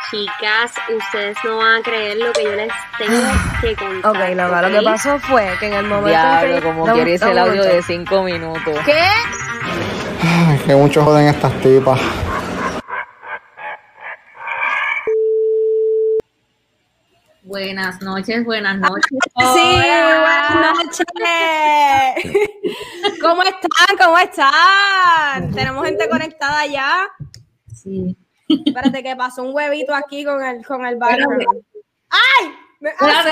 Chicas, ustedes no van a creer lo que yo les tengo que contar. Ok, loca, lo que pasó fue que en el momento Diablo, que... como quieres el audio de 5 minutos. ¿Qué? Ay, que mucho joden estas tipas. Buenas noches, buenas noches. Sí, buenas noches. ¿Cómo están? ¿Cómo están? ¿Tenemos gente conectada ya? Sí. Espérate, que pasó un huevito aquí con el background. ¡Ay! Claro,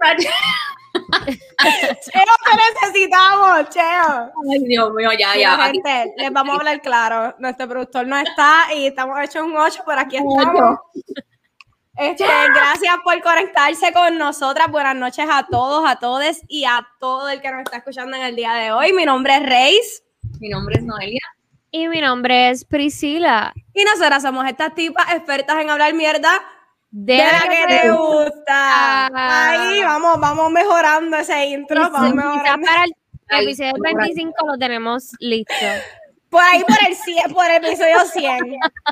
Cheo, que necesitamos, Cheo. Ay, Dios mío, ya. Mira, Aquí gente, les vamos a hablar claro. Nuestro productor no está y estamos hechos un 8, pero aquí estamos. Gracias por conectarse con nosotras. Buenas noches a todos, a todes y a todo el que nos está escuchando en el día de hoy. Mi nombre es Reis. Mi nombre es Noelia. Y mi nombre es Priscila. Y nosotras somos estas tipas expertas en hablar mierda De la que te gusta. Ahí vamos mejorando ese intro. Vamos mejorando. Para el episodio 25 lo tenemos listo. Por ahí por el episodio 100.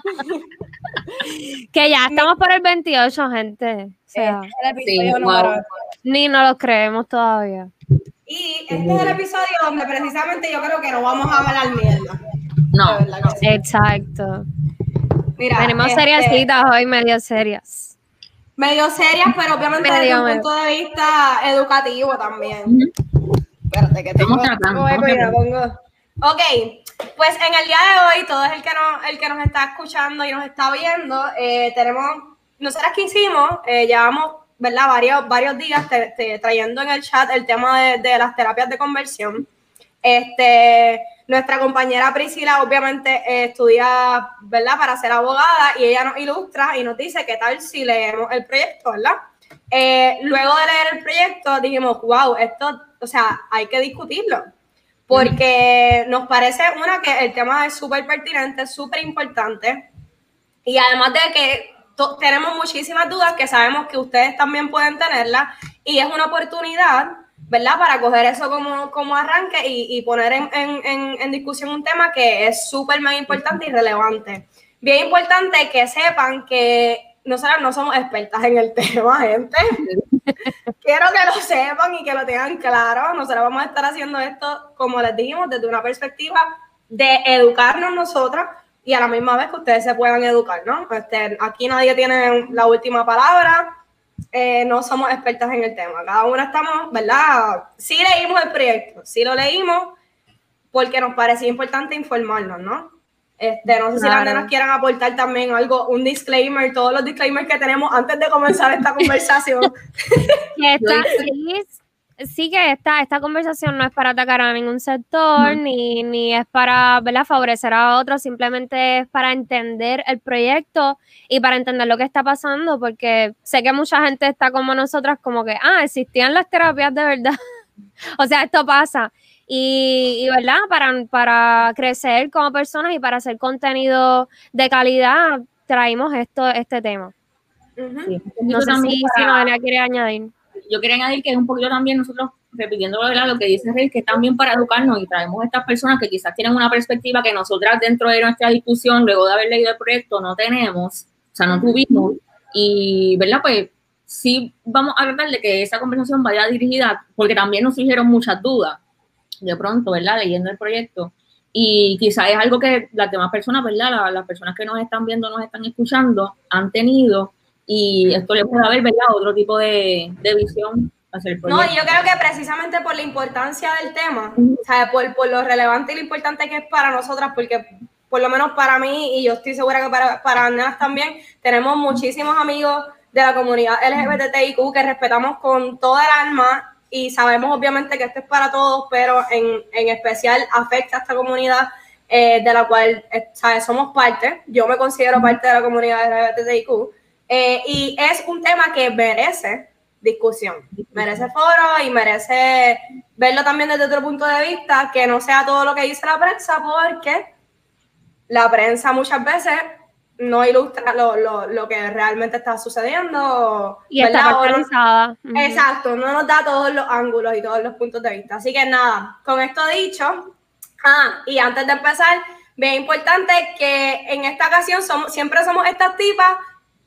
Que ya estamos por el 28, gente. O sea, El episodio Sí, número. wow. ni nos lo creemos todavía. Y este es el episodio donde precisamente yo creo que no vamos a hablar mierda. No. De verdad que sí. Exacto. Mira, Tenemos seriecitas hoy, medio serias. medio serias, pero obviamente desde un punto de vista educativo también. Espérate, que tengo. Estamos tratando, Voy a estamos cuidar, tratando. pongo. Ok, pues en el día de hoy, todo el que nos está escuchando y nos está viendo, nosotras que hicimos, llevamos, ¿verdad? Varios días trayendo en el chat el tema de las terapias de conversión. Nuestra compañera Priscila obviamente estudia, ¿verdad?, para ser abogada, y ella nos ilustra y nos dice qué tal si leemos el proyecto, ¿verdad? Luego de leer el proyecto dijimos, wow, esto, o sea, hay que discutirlo, porque nos parece, que el tema es súper pertinente, súper importante, y además de que tenemos muchísimas dudas que sabemos que ustedes también pueden tenerlas, y es una oportunidad, ¿verdad?, para coger eso como arranque y poner en discusión un tema que es súper más importante y relevante. Bien importante que sepan que nosotros no somos expertas en el tema, gente. Quiero que lo sepan y que lo tengan claro. Nosotros vamos a estar haciendo esto, como les dijimos, desde una perspectiva de educarnos nosotras y a la misma vez que ustedes se puedan educar, ¿no? Aquí nadie tiene la última palabra. No somos expertas en el tema, cada una estamos, ¿verdad? Sí leímos el proyecto, sí lo leímos porque nos parecía importante informarnos, ¿no? No sé si las nenas quieran aportar también algo, un disclaimer, todos los disclaimers que tenemos antes de comenzar esta conversación. Sí que esta conversación no es para atacar a ningún sector, ni es para, ¿verdad?, favorecer a otros, simplemente es para entender el proyecto y para entender lo que está pasando, porque sé que mucha gente está como nosotras, como que, existían las terapias de verdad. O sea, esto pasa. Y ¿verdad?, para crecer como personas y para hacer contenido de calidad, traímos este tema. Sí. No sé si Noelia quiere añadir. Yo quería añadir que es un poquito también nosotros, repitiendo lo que dice Rey, que es también para educarnos y traemos a estas personas que quizás tienen una perspectiva que nosotras dentro de nuestra discusión, luego de haber leído el proyecto, no tenemos, o sea, no tuvimos, y, ¿verdad? Pues sí vamos a tratar de que esa conversación vaya dirigida, porque también nos surgieron muchas dudas, de pronto, ¿verdad? Leyendo el proyecto, y quizás es algo que las demás personas, ¿verdad? Las personas que nos están viendo, nos están escuchando, han tenido, y esto le puede haber, ¿verdad?, otro tipo de visión hacia el proyecto. No, y yo creo que precisamente por la importancia del tema, o sea, por lo relevante y lo importante que es para nosotras, porque por lo menos para mí, y yo estoy segura que para Nenas también, tenemos muchísimos amigos de la comunidad LGBTIQ que respetamos con toda el alma, y sabemos obviamente que esto es para todos, pero en especial afecta a esta comunidad de la cual, ¿sabes?, somos parte. Yo me considero parte de la comunidad LGBTIQ. Y es un tema que merece discusión, merece foro y merece verlo también desde otro punto de vista, que no sea todo lo que dice la prensa, porque la prensa muchas veces no ilustra lo que realmente está sucediendo. Y está pensada. Exacto, no nos da todos los ángulos y todos los puntos de vista. Así que nada, con esto dicho, y antes de empezar, bien importante que en esta ocasión siempre somos estas tipas,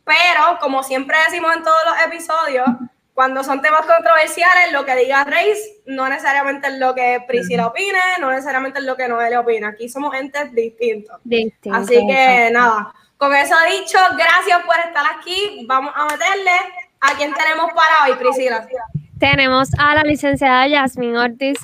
pero como siempre decimos en todos los episodios, cuando son temas controversiales, lo que diga Reis no necesariamente es lo que Priscila opine, no necesariamente es lo que Noelia opina. Aquí somos entes distintos. Así que nada, con eso dicho, gracias por estar aquí. Vamos a meterle. ¿A quién tenemos para hoy, Priscila? Tenemos a la licenciada Yasmín Ortiz.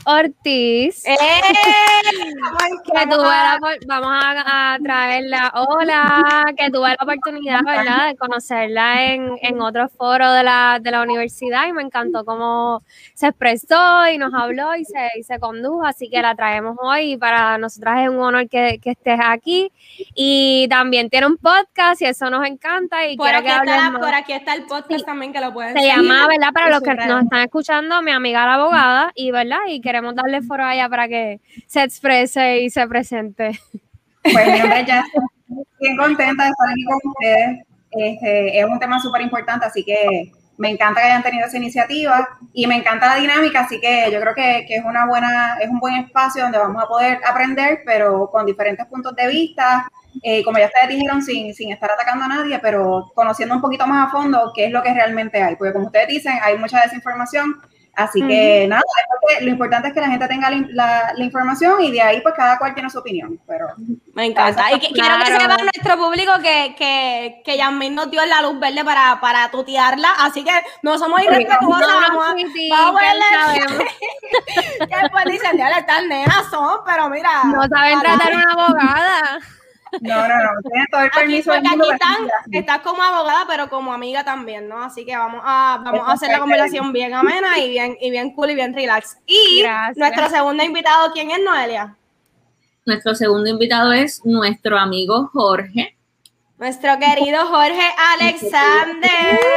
Vamos a traerla. Hola, que tuve la oportunidad, ¿verdad?, de conocerla en otro foro de la universidad y me encantó cómo se expresó y nos habló y se condujo, así que la traemos hoy y para nosotras es un honor que estés aquí. Y también tiene un podcast y eso nos encanta y quiero que hables más. Por aquí está el podcast también que lo pueden seguir. Se llama, ¿verdad?, para los que nos están escuchando, mi amiga la abogada, y ¿verdad? Y queremos darle foro a ella para que se exprese y se presente. Pues mi nombre es Jasmine, bien contenta de estar aquí con ustedes. Es un tema súper importante, así que me encanta que hayan tenido esa iniciativa y me encanta la dinámica, así que yo creo que es un buen espacio donde vamos a poder aprender, pero con diferentes puntos de vista, como ya ustedes dijeron, sin estar atacando a nadie, pero conociendo un poquito más a fondo qué es lo que realmente hay, porque como ustedes dicen, hay mucha desinformación, así que nada, lo importante es que la gente tenga la información y de ahí pues cada cual tiene su opinión, pero me encanta. Y quiero que sepa nuestro público que Yasmín nos dio la luz verde para tutearla, así que no somos irrespetuosas, vamos a verle que después dicen, ya estas nenas son, pero mira. No saben tratar a una abogada. No, tienen todo el permiso. Aquí estás como abogada, pero como amiga también, ¿no? Así que vamos a hacer la conversación bien amena y bien cool y bien relax. Y nuestro segundo invitado, ¿quién es, Noelia? Nuestro segundo invitado es nuestro amigo Jorge. Nuestro querido Jorge Alexander.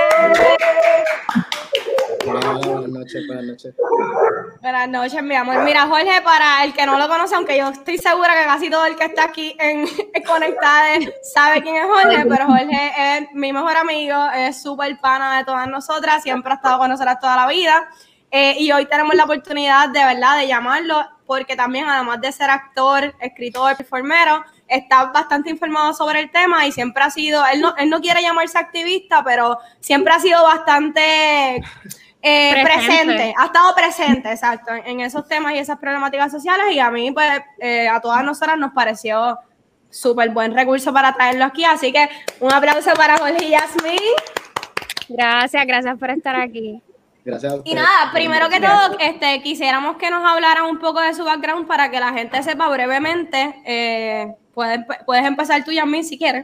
Buenas noches. Buenas noches, mi amor. Mira, Jorge, para el que no lo conoce, aunque yo estoy segura que casi todo el que está aquí en Conectadas sabe quién es Jorge, pero Jorge es mi mejor amigo, es súper pana de todas nosotras, siempre ha estado con nosotras toda la vida. Y hoy tenemos la oportunidad de verdad de llamarlo, porque también además de ser actor, escritor, performero, está bastante informado sobre el tema y siempre ha sido, él no quiere llamarse activista, pero siempre ha sido bastante presente, ha estado presente, exacto, en esos temas y esas problemáticas sociales, y a mí, pues, a todas nosotras nos pareció súper buen recurso para traerlo aquí, así que un aplauso para Jorge y Yasmín. Gracias por estar aquí. Gracias a ustedes. Y nada, primero que todo, quisiéramos que nos hablaran un poco de su background para que la gente sepa brevemente. Puedes empezar tú, Yasmín, si quieres.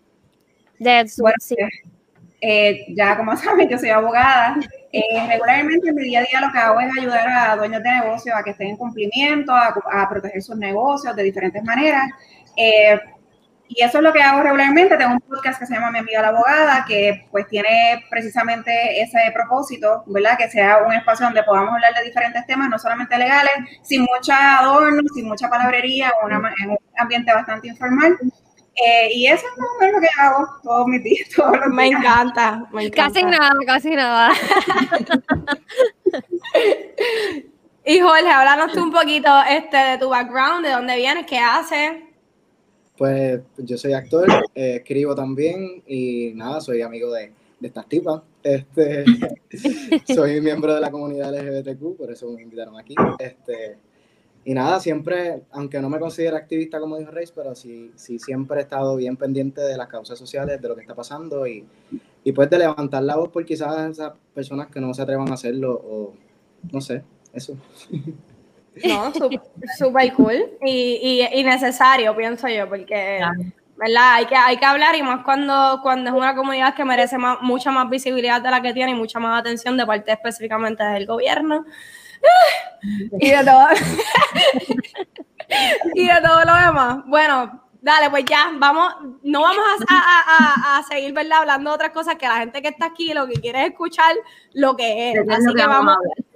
Ya como saben, yo soy abogada. Regularmente en mi día a día lo que hago es ayudar a dueños de negocios a que estén en cumplimiento, a proteger sus negocios de diferentes maneras. Y eso es lo que hago regularmente. Tengo un podcast que se llama Mi Amiga la Abogada, que pues tiene precisamente ese propósito, ¿verdad? Que sea un espacio donde podamos hablar de diferentes temas, no solamente legales, sin mucha adorno, sin mucha palabrería, en un ambiente bastante informal. Y eso es más o menos lo que hago todos mis días, todos los días. Me encanta. Casi nada. Y Jorge, háblanos tú un poquito de tu background, de dónde vienes, qué haces. Pues yo soy actor, escribo también y nada, soy amigo de estas tipas. Soy miembro de la comunidad LGBTQ, por eso me invitaron aquí. Y nada, siempre, aunque no me considero activista como dijo Reis, pero sí siempre he estado bien pendiente de las causas sociales, de lo que está pasando y pues de levantar la voz por quizás esas personas que no se atrevan a hacerlo o no sé, eso. No, súper cool y necesario, pienso yo, porque ¿verdad? Hay que hablar, y más cuando es una comunidad que merece mucha más visibilidad de la que tiene y mucha más atención de parte específicamente del gobierno y de todo y de todo lo demás. Bueno, dale, pues ya, no vamos a seguir, ¿verdad?, hablando de otras cosas, que la gente que está aquí lo que quiere es escuchar lo que es, así que vamos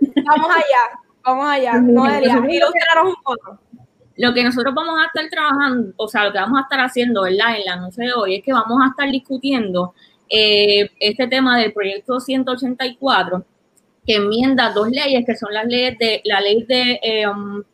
allá, Noelia, ilústranos un poco. Lo que nosotros vamos a estar trabajando, o sea, lo que vamos a estar haciendo, ¿verdad?, en el anuncio de hoy, es que vamos a estar discutiendo este tema del proyecto 184, que enmienda dos leyes, que son la ley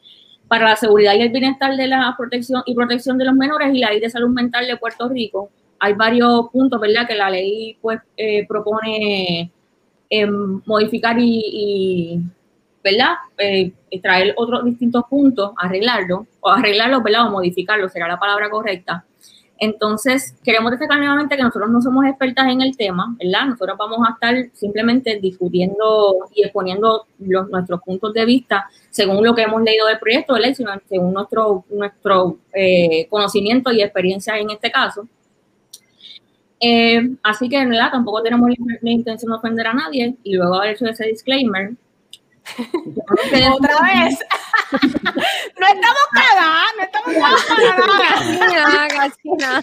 para la seguridad y el bienestar de la protección de los menores y la ley de salud mental de Puerto Rico, hay varios puntos, ¿verdad?, que la ley pues propone modificar y ¿verdad?, traer otros distintos puntos, arreglarlo, ¿verdad?, o modificarlo, será la palabra correcta. Entonces, queremos destacar nuevamente que nosotros no somos expertas en el tema, ¿verdad? Nosotros vamos a estar simplemente discutiendo y exponiendo nuestros puntos de vista según lo que hemos leído del proyecto, ¿verdad?, sino según nuestro conocimiento y experiencia en este caso. Así que, ¿verdad?, tampoco tenemos la intención de ofender a nadie, y luego haber hecho ese disclaimer. Otra vez. No estamos cagadas, Casi nada.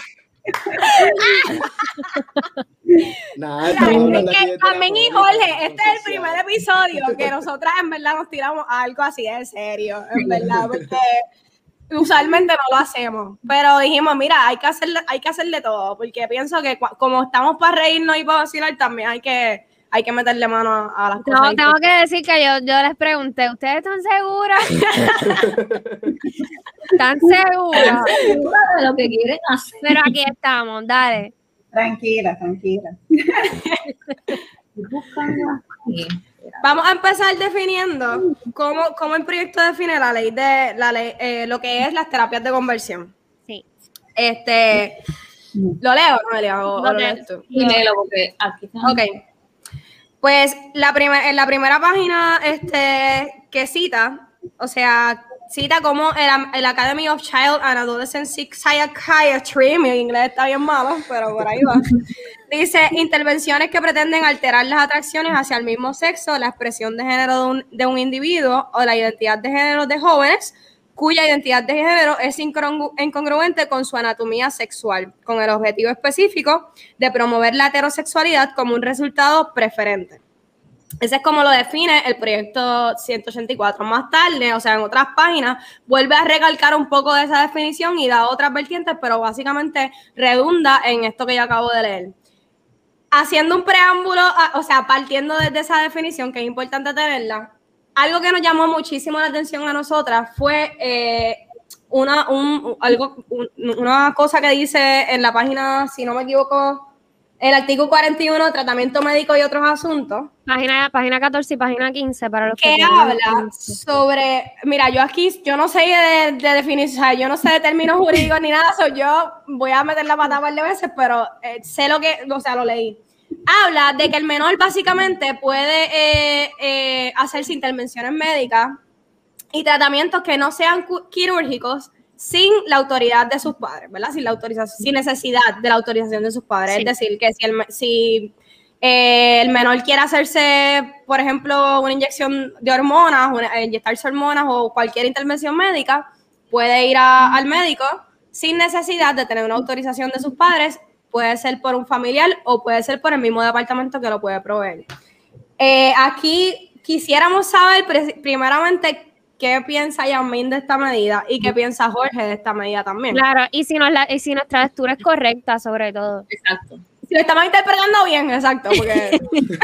Nada, Carmen y Jorge, este es el primer episodio que nosotras en verdad nos tiramos algo así de serio, en verdad, porque usualmente no lo hacemos, pero dijimos, mira, hay que hacerle todo, porque pienso que como estamos para reírnos y para vacilar, también hay que meterle mano a las cosas. No, tengo que decir que yo les pregunté, ¿ustedes están seguras? ¿Están seguras? De lo que quieren hacer. Pero aquí estamos, dale. Tranquila. Vamos a empezar definiendo cómo el proyecto define la ley, lo que es las terapias de conversión. Sí. ¿Lo leo, Noelia? ¿O lo lees tú? Y léelo, porque aquí está. Ok. Pues en la primera página que cita como el Academy of Child and Adolescent Psychiatry, mi inglés está bien malo, pero por ahí va. Dice, intervenciones que pretenden alterar las atracciones hacia el mismo sexo, la expresión de género de un individuo o la identidad de género de jóvenes cuya identidad de género es incongruente con su anatomía sexual, con el objetivo específico de promover la heterosexualidad como un resultado preferente. Ese es como lo define el proyecto 184. Más tarde, o sea, en otras páginas, vuelve a recalcar un poco de esa definición y da otras vertientes, pero básicamente redunda en esto que yo acabo de leer. Haciendo un preámbulo, o sea, partiendo desde esa definición, que es importante tenerla, algo que nos llamó muchísimo la atención a nosotras fue una cosa que dice en la página, si no me equivoco, el artículo 41, tratamiento médico y otros asuntos. Página 14 y página 15 para los que habla sobre, mira, yo no sé de definición, o sea, yo no sé de términos jurídicos ni nada, yo voy a meter la pata un par de veces, pero sé lo leí. Habla de que el menor básicamente puede hacerse intervenciones médicas y tratamientos que no sean quirúrgicos sin la autoridad de sus padres, ¿verdad? Sin necesidad de la autorización de sus padres. Sí. Es decir, que si el menor quiere hacerse, por ejemplo, una inyección de hormonas, inyectarse hormonas o cualquier intervención médica, puede ir al médico sin necesidad de tener una autorización de sus padres. Puede ser por un familiar o puede ser por el mismo departamento que lo puede proveer. Aquí quisiéramos saber primeramente qué piensa Yasmín de esta medida y qué piensa Jorge de esta medida también. Claro, y si nuestra lectura es correcta, sobre todo. Exacto. Si lo estamos interpretando bien, exacto, porque...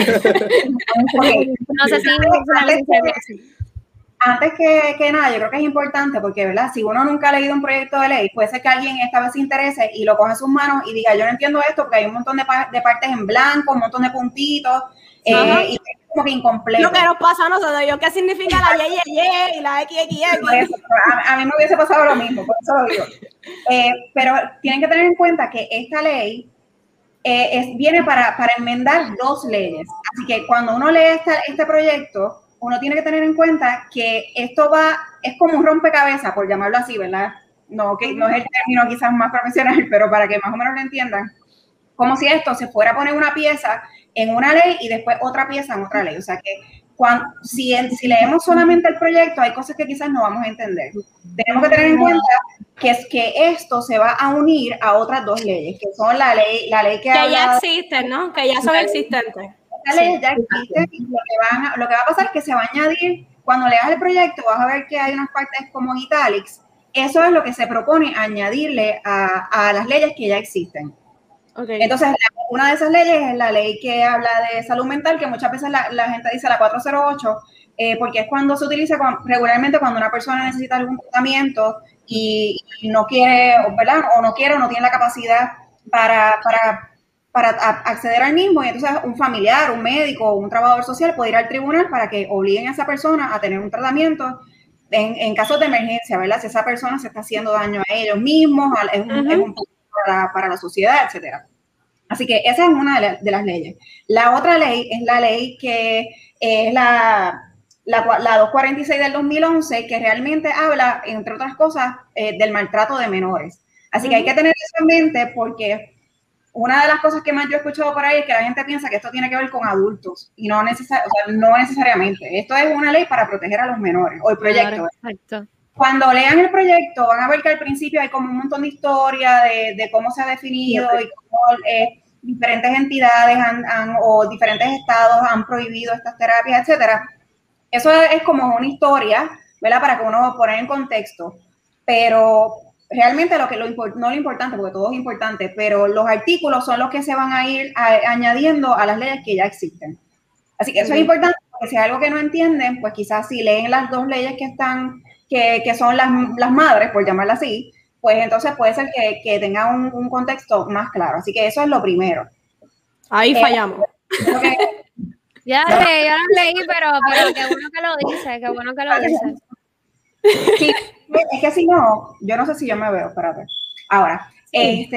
No sé si... Antes que nada, yo creo que es importante porque, ¿verdad? Si uno nunca ha leído un proyecto de ley, puede ser que alguien esta vez se interese y lo coja en sus manos y diga, yo no entiendo esto porque hay un montón de partes en blanco, un montón de puntitos, y es como que incompleto. Lo que nos pasa a nosotros, ¿qué significa la y la XXX? A mí me hubiese pasado lo mismo, por eso lo digo. Pero tienen que tener en cuenta que esta ley viene para enmendar dos leyes. Así que cuando uno lee este proyecto, uno tiene que tener en cuenta que esto es como un rompecabezas, por llamarlo así, ¿verdad? No es el término quizás más profesional, pero para que más o menos lo entiendan, como si esto se fuera a poner una pieza en una ley y después otra pieza en otra ley. O sea que si leemos solamente el proyecto, hay cosas que quizás no vamos a entender. Tenemos que tener en cuenta que esto se va a unir a otras dos leyes, que son la ley que ya existen, ¿no? Que ya son existentes. Esta ley ya existe y lo que va a pasar es que se va a añadir, cuando leas el proyecto vas a ver que hay unas partes como italics. Eso es lo que se propone añadirle a las leyes que ya existen. Okay. Entonces, una de esas leyes es la ley que habla de salud mental, que muchas veces la gente dice la 408, porque es cuando se utiliza regularmente cuando una persona necesita algún tratamiento y no quiere, ¿verdad? O no tiene la capacidad acceder al mismo, y entonces un familiar, un médico, un trabajador social puede ir al tribunal para que obliguen a esa persona a tener un tratamiento en casos de emergencia, ¿verdad? Si esa persona se está haciendo daño a ellos mismos, es un peligro para la sociedad, etcétera. Así que esa es una de las leyes. La otra ley es la ley que es la 246 del 2011, que realmente habla, entre otras cosas, del maltrato de menores. Así que hay que tener eso en mente, porque una de las cosas que más yo he escuchado por ahí es que la gente piensa que esto tiene que ver con adultos, y no necesariamente. Esto es una ley para proteger a los menores, o el proyecto. Exacto. Cuando lean el proyecto van a ver que al principio hay como un montón de historia de cómo se ha definido y cómo diferentes entidades o diferentes estados han prohibido estas terapias, etcétera. Eso es como una historia, ¿verdad? Para que uno ponga en contexto. Pero realmente no lo importante, porque todo es importante, pero los artículos son los que se van a ir añadiendo a las leyes que ya existen. Así que eso es importante, porque si hay algo que no entienden, pues quizás si leen las dos leyes que están, que son las madres, por llamarlas así, pues entonces puede ser que tenga un contexto más claro. Así que eso es lo primero. Ahí fallamos. Ya lo leí, pero qué bueno que lo dice, qué bueno que lo dice. Sí, es que si no, yo no sé si yo me veo, espérate. Ahora, eso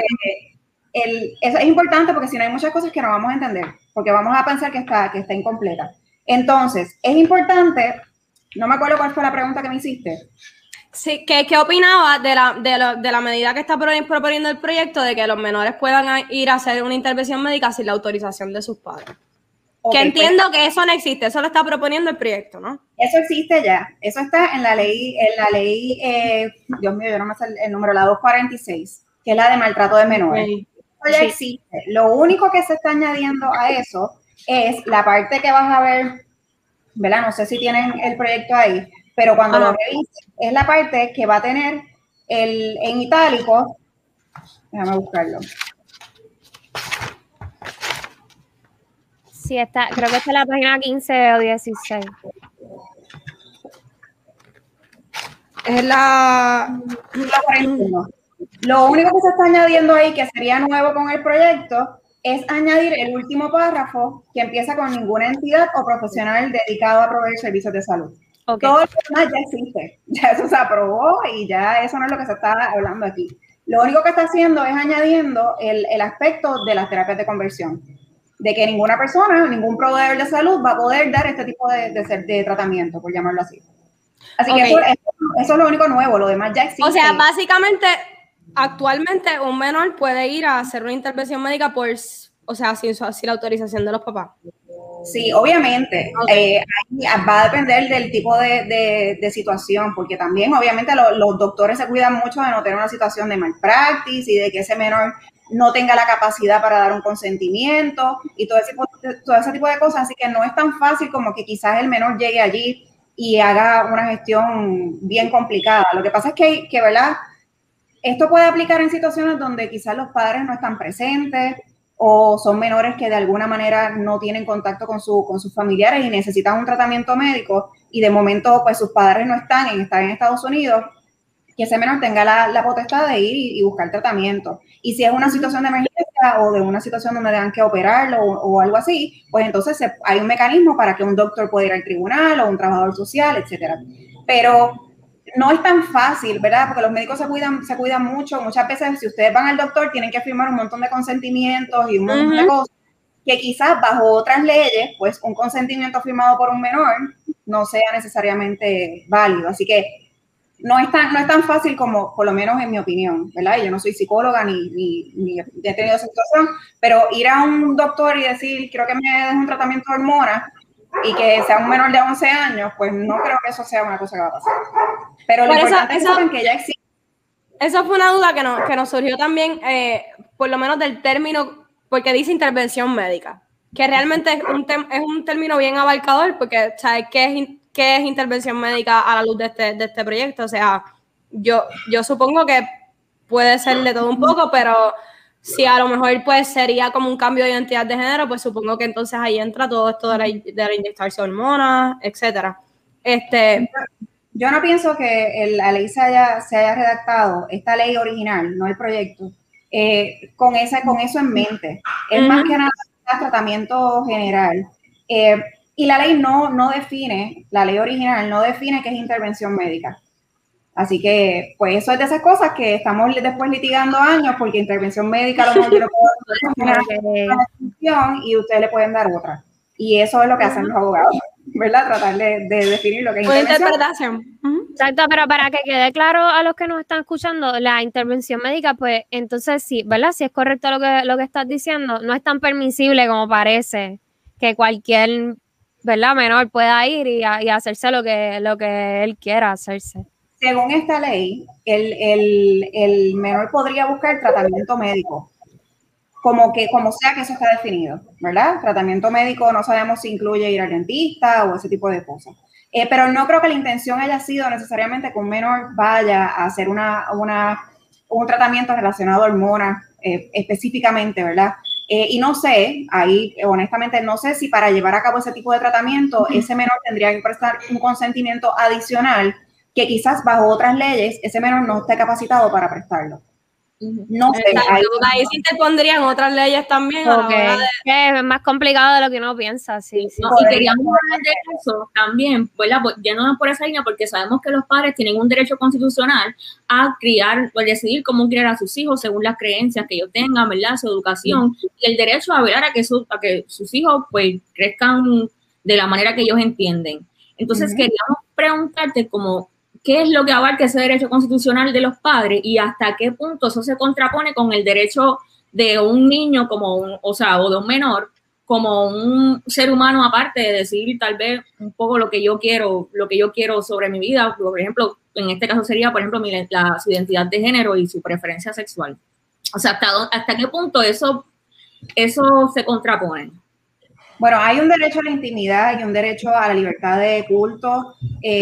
es importante, porque si no hay muchas cosas que no vamos a entender, porque vamos a pensar que está incompleta. Entonces, es importante, no me acuerdo cuál fue la pregunta que me hiciste. Sí, ¿qué opinaba de la medida que está proponiendo el proyecto de que los menores puedan ir a hacer una intervención médica sin la autorización de sus padres? Okay, que entiendo que eso no existe, eso lo está proponiendo el proyecto, ¿no? Eso existe ya, eso está en la ley, Dios mío, yo no me sé el número, la 246, que es la de maltrato de menores. Okay. Eso ya existe. Lo único que se está añadiendo a eso es la parte que vas a ver, ¿verdad? No sé si tienen el proyecto ahí, pero cuando lo revises, es la parte que va a tener en itálico, déjame buscarlo. Sí, creo que está en la página 15 o 16. Es la 41. Lo único que se está añadiendo ahí, que sería nuevo con el proyecto, es añadir el último párrafo que empieza con ninguna entidad o profesional dedicado a proveer servicios de salud. Okay. Todo lo demás ya existe, ya eso se aprobó y ya eso no es lo que se está hablando aquí. Lo único que está haciendo es añadiendo el aspecto de las terapias de conversión, de que ninguna persona, ningún proveedor de salud va a poder dar este tipo de tratamiento, por llamarlo así. Así que eso es lo único nuevo, lo demás ya existe. O sea, básicamente, actualmente un menor puede ir a hacer una intervención médica sin la autorización de los papás. Sí, obviamente. Ahí va a depender del tipo de situación, porque también obviamente los doctores se cuidan mucho de no tener una situación de malpractice y de que ese menor no tenga la capacidad para dar un consentimiento y todo ese tipo de cosas. Así que no es tan fácil como que quizás el menor llegue allí y haga una gestión bien complicada. Lo que pasa es que ¿verdad? Esto puede aplicar en situaciones donde quizás los padres no están presentes o son menores que de alguna manera no tienen contacto con sus familiares y necesitan un tratamiento médico y de momento pues sus padres no están en Estados Unidos, que ese menor tenga la potestad de ir y buscar tratamiento. Y si es una situación de emergencia o de una situación donde tengan que operarlo o algo así, pues entonces hay un mecanismo para que un doctor pueda ir al tribunal o un trabajador social, etcétera. Pero no es tan fácil, ¿verdad? Porque los médicos se cuidan mucho. Muchas veces, si ustedes van al doctor, tienen que firmar un montón de consentimientos y un montón de cosas que quizás bajo otras leyes, pues un consentimiento firmado por un menor no sea necesariamente válido. Así que no es tan fácil como, por lo menos en mi opinión, ¿verdad? Yo no soy psicóloga ni he tenido esa situación, pero ir a un doctor y decir, quiero que me den un tratamiento de hormonas y que sea un menor de 11 años, pues no creo que eso sea una cosa que va a pasar. Pero lo importante es que ya existe. Esa fue una duda que nos surgió también, por lo menos del término, porque dice intervención médica, que realmente es un término bien abarcador, porque ¿sabes qué es intervención médica a la luz de este proyecto? O sea, yo supongo que puede ser de todo un poco, pero si a lo mejor pues sería como un cambio de identidad de género, pues supongo que entonces ahí entra todo esto de la inyectarse hormonas, etcétera. Yo no pienso que la ley se haya redactado, esta ley original, no el proyecto, con eso en mente. Es más que nada tratamiento general. Y la ley no define, la ley original no define qué es intervención médica. Así que, pues eso es de esas cosas que estamos después litigando años, porque intervención médica a lo mejor yo le puedo dar una definición y ustedes le pueden dar otra. Y eso es lo que hacen los abogados, ¿verdad? Tratar de definir lo que es interpretación. Exacto, pero para que quede claro a los que nos están escuchando, la intervención médica, pues entonces sí, ¿verdad? Si es correcto lo que estás diciendo, no es tan permisible como parece que cualquier, ¿verdad? Menor pueda ir y hacerse lo que él quiera hacerse. Según esta ley, el menor podría buscar tratamiento médico, como sea que eso está definido, ¿verdad? Tratamiento médico no sabemos si incluye ir al dentista o ese tipo de cosas. Pero no creo que la intención haya sido necesariamente que un menor vaya a hacer un tratamiento relacionado a hormonas específicamente, ¿verdad? Y no sé, ahí honestamente no sé si para llevar a cabo ese tipo de tratamiento, ese menor tendría que prestar un consentimiento adicional que quizás bajo otras leyes ese menor no esté capacitado para prestarlo. No sé. Ahí sí te pondrían otras leyes también. Es más complicado de lo que uno piensa, sí. No, y queríamos hablar de eso también, ¿verdad? Pues, yéndonos por esa línea, porque sabemos que los padres tienen un derecho constitucional a criar, o decidir cómo criar a sus hijos según las creencias que ellos tengan, ¿verdad? Su educación, y el derecho a velar a que sus hijos pues crezcan de la manera que ellos entienden. Entonces queríamos preguntarte como ¿qué es lo que abarca ese derecho constitucional de los padres y hasta qué punto eso se contrapone con el derecho de un niño o de un menor como un ser humano aparte de decidir tal vez un poco lo que yo quiero sobre mi vida? Por ejemplo, en este caso sería, por ejemplo, su identidad de género y su preferencia sexual. O sea, ¿hasta qué punto eso se contrapone? Bueno, hay un derecho a la intimidad y un derecho a la libertad de culto,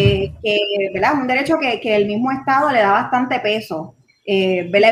¿verdad? Un derecho que el mismo Estado le da bastante peso. ¿Verdad?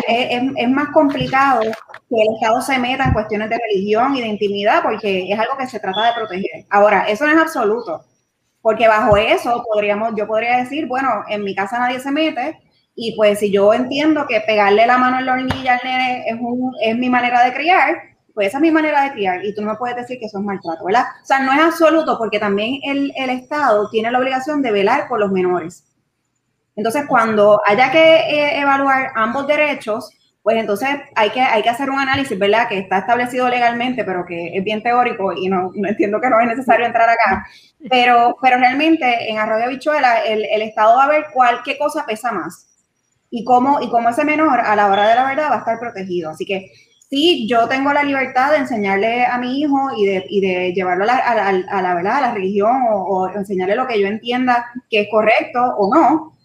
Es más complicado que el Estado se meta en cuestiones de religión y de intimidad porque es algo que se trata de proteger. Ahora, eso no es absoluto, porque bajo eso yo podría decir, bueno, en mi casa nadie se mete y pues si yo entiendo que pegarle la mano en la hornilla al nene es mi manera de criar, pues esa es mi manera de criar y tú no me puedes decir que eso es maltrato, ¿verdad? O sea, no es absoluto porque también el Estado tiene la obligación de velar por los menores. Entonces, cuando haya que evaluar ambos derechos, pues entonces hay que hacer un análisis, ¿verdad? Que está establecido legalmente, pero que es bien teórico y no entiendo que no es necesario entrar acá. Pero realmente en Arroyo Habichuela el Estado va a ver qué cosa pesa más y cómo ese menor a la hora de la verdad va a estar protegido. Así que sí, yo tengo la libertad de enseñarle a mi hijo y de llevarlo a la verdad, a la religión o enseñarle lo que yo entienda que es correcto o no,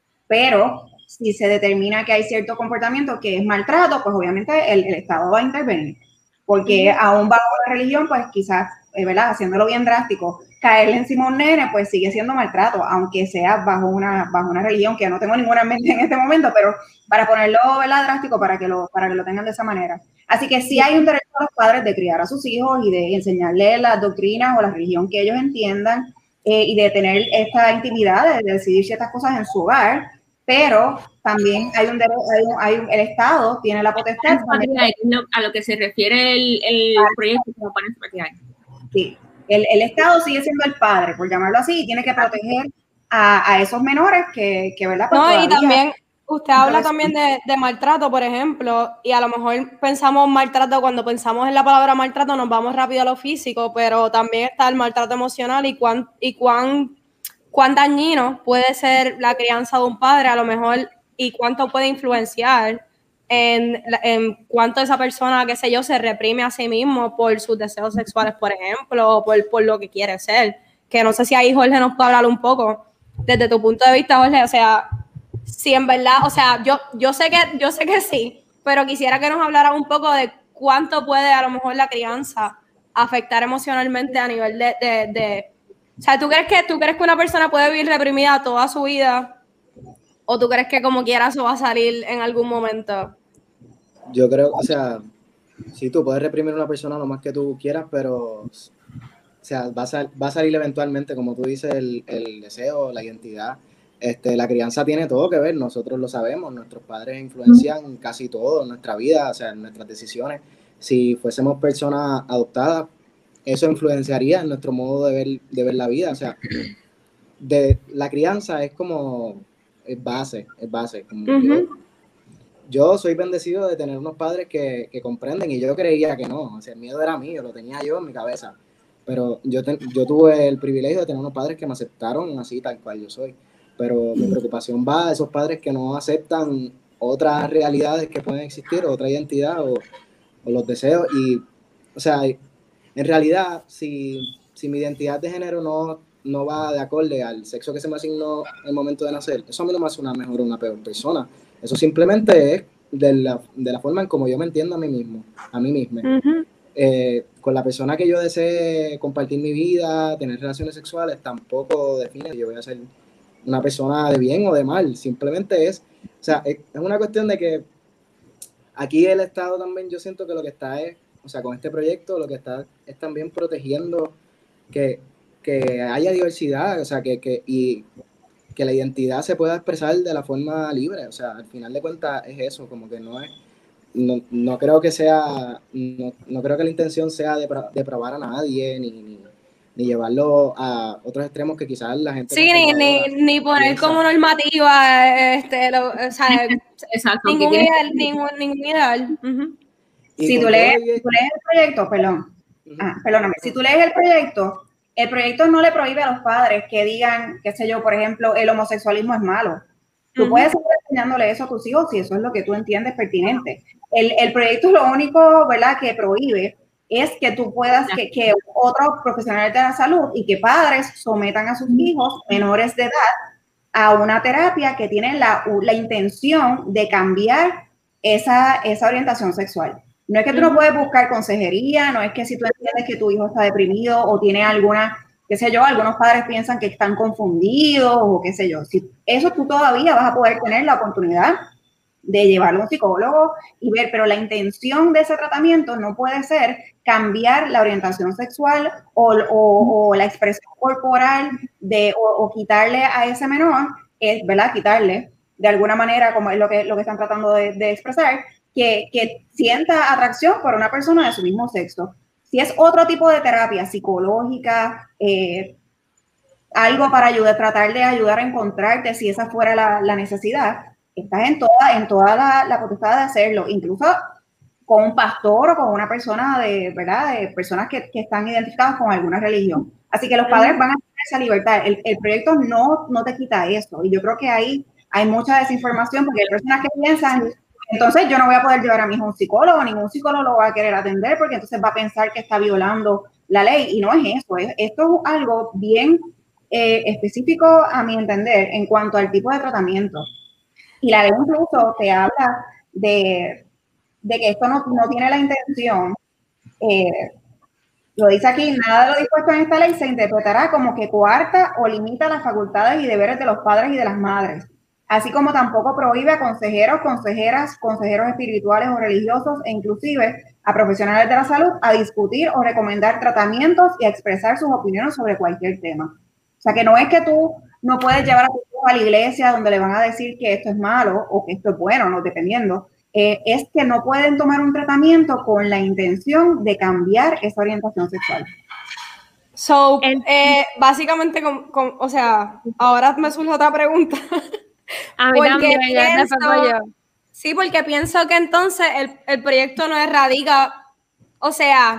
pero si se determina que hay cierto comportamiento que es maltrato, pues obviamente el Estado va a intervenir, porque aún bajo la religión, pues quizás, ¿verdad? Haciéndolo bien drástico, caerle encima a un nene, pues sigue siendo maltrato, aunque sea bajo una religión que no tengo ninguna en mente en este momento, pero para ponerlo, ¿verdad? Drástico, para que lo tengan de esa manera. Así que sí hay un derecho a los padres de criar a sus hijos y de enseñarles las doctrinas o la religión que ellos entiendan y de tener esta intimidad de decidir ciertas cosas en su hogar, pero también hay un derecho, el Estado tiene la potestad. A lo que se refiere el proyecto que pone en sí, el Estado sigue siendo el padre, por llamarlo así, y tiene que proteger a esos menores que ¿verdad? Pues no, y también usted habla también de maltrato, por ejemplo, y a lo mejor pensamos maltrato, cuando pensamos en la palabra maltrato nos vamos rápido a lo físico, pero también está el maltrato emocional y cuán dañino puede ser la crianza de un padre, a lo mejor, y cuánto puede influenciar en cuánto esa persona, qué sé yo, se reprime a sí mismo por sus deseos sexuales, por ejemplo, o por lo que quiere ser. Que no sé si ahí Jorge nos puede hablar un poco desde tu punto de vista, Jorge, o sea, si en verdad, o sea, yo sé que sí, pero quisiera que nos hablara un poco de cuánto puede a lo mejor la crianza afectar emocionalmente a nivel de o sea, ¿tú crees que una persona puede vivir reprimida toda su vida? ¿O tú crees que como quiera eso va a salir en algún momento? Yo creo, o sea, sí, tú puedes reprimir a una persona lo más que tú quieras, pero, o sea, va a salir eventualmente, como tú dices, el deseo, la identidad. La crianza tiene todo que ver, nosotros lo sabemos, nuestros padres influencian casi todo en nuestra vida, o sea, en nuestras decisiones. Si fuésemos personas adoptadas, eso influenciaría en nuestro modo de ver la vida, o sea, la crianza es como, es base, como yo soy bendecido de tener unos padres que comprenden, y yo creía que no, o sea, el miedo era mío, lo tenía yo en mi cabeza, pero yo tuve el privilegio de tener unos padres que me aceptaron así tal cual yo soy, pero mi preocupación va a esos padres que no aceptan otras realidades que pueden existir, otra identidad o los deseos, y o sea, en realidad si mi identidad de género no va de acorde al sexo que se me asignó en el momento de nacer, eso a mí no me hace una mejor o una peor persona. Eso simplemente es de la forma en como yo me entiendo a mí mismo, a mí mismo. Con la persona que yo desee compartir mi vida, tener relaciones sexuales, tampoco define que yo voy a ser una persona de bien o de mal. Simplemente es una cuestión de que aquí el Estado también, yo siento que lo que está es, o sea, con este proyecto, lo que está es también protegiendo que haya diversidad, o sea, y que la identidad se pueda expresar de la forma libre, o sea, al final de cuentas es eso, como que no creo que sea, no creo que la intención sea depravar a nadie, ni llevarlo a otros extremos que quizás la gente sí, ni poner piensa como normativa, o sea, exacto, ningún ideal. Si tú lees el proyecto, perdóname, si tú lees el proyecto no le prohíbe a los padres que digan, qué sé yo, por ejemplo, el homosexualismo es malo. Tú puedes seguir enseñándole eso a tus hijos si eso es lo que tú entiendes pertinente. El proyecto lo único, ¿verdad?, que prohíbe es que tú puedas, que otros profesionales de la salud y que padres sometan a sus hijos menores de edad a una terapia que tiene la intención de cambiar esa orientación sexual. No es que tú no puedes buscar consejería, no es que si tú entiendes que tu hijo está deprimido o tiene alguna, qué sé yo, algunos padres piensan que están confundidos o qué sé yo. Si eso tú todavía vas a poder tener la oportunidad de llevarlo a un psicólogo y ver, pero la intención de ese tratamiento no puede ser cambiar la orientación sexual o la expresión corporal o quitarle a ese menor, ¿verdad? Quitarle de alguna manera, como es lo que están tratando de expresar, que sienta atracción por una persona de su mismo sexo. Si es otro tipo de terapia psicológica, algo para tratar de ayudar a encontrarte, si esa fuera la necesidad, estás en toda la potestad de hacerlo, incluso con un pastor o con una persona ¿verdad? De personas que están identificadas con alguna religión. Así que los padres van a tener esa libertad. El proyecto no te quita eso. Y yo creo que ahí hay mucha desinformación porque hay personas que piensan, entonces yo no voy a poder llevar a mi hijo a un psicólogo, ningún psicólogo lo va a querer atender porque entonces va a pensar que está violando la ley. Y no es eso. Esto es algo bien específico a mi entender en cuanto al tipo de tratamiento. Y la ley incluso te habla de que esto no tiene la intención, lo dice aquí, nada de lo dispuesto en esta ley se interpretará como que coarta o limita las facultades y deberes de los padres y de las madres, así como tampoco prohíbe a consejeros, consejeras, consejeros espirituales o religiosos e inclusive a profesionales de la salud a discutir o recomendar tratamientos y a expresar sus opiniones sobre cualquier tema. O sea, que no es que tú no puedes llevar a tu hijo a la iglesia donde le van a decir que esto es malo o que esto es bueno, no dependiendo. Es que no pueden tomar un tratamiento con la intención de cambiar esa orientación sexual. So, básicamente, o sea, ahora me surge otra pregunta. A mí también, sí, porque pienso que entonces el proyecto no erradica, o sea,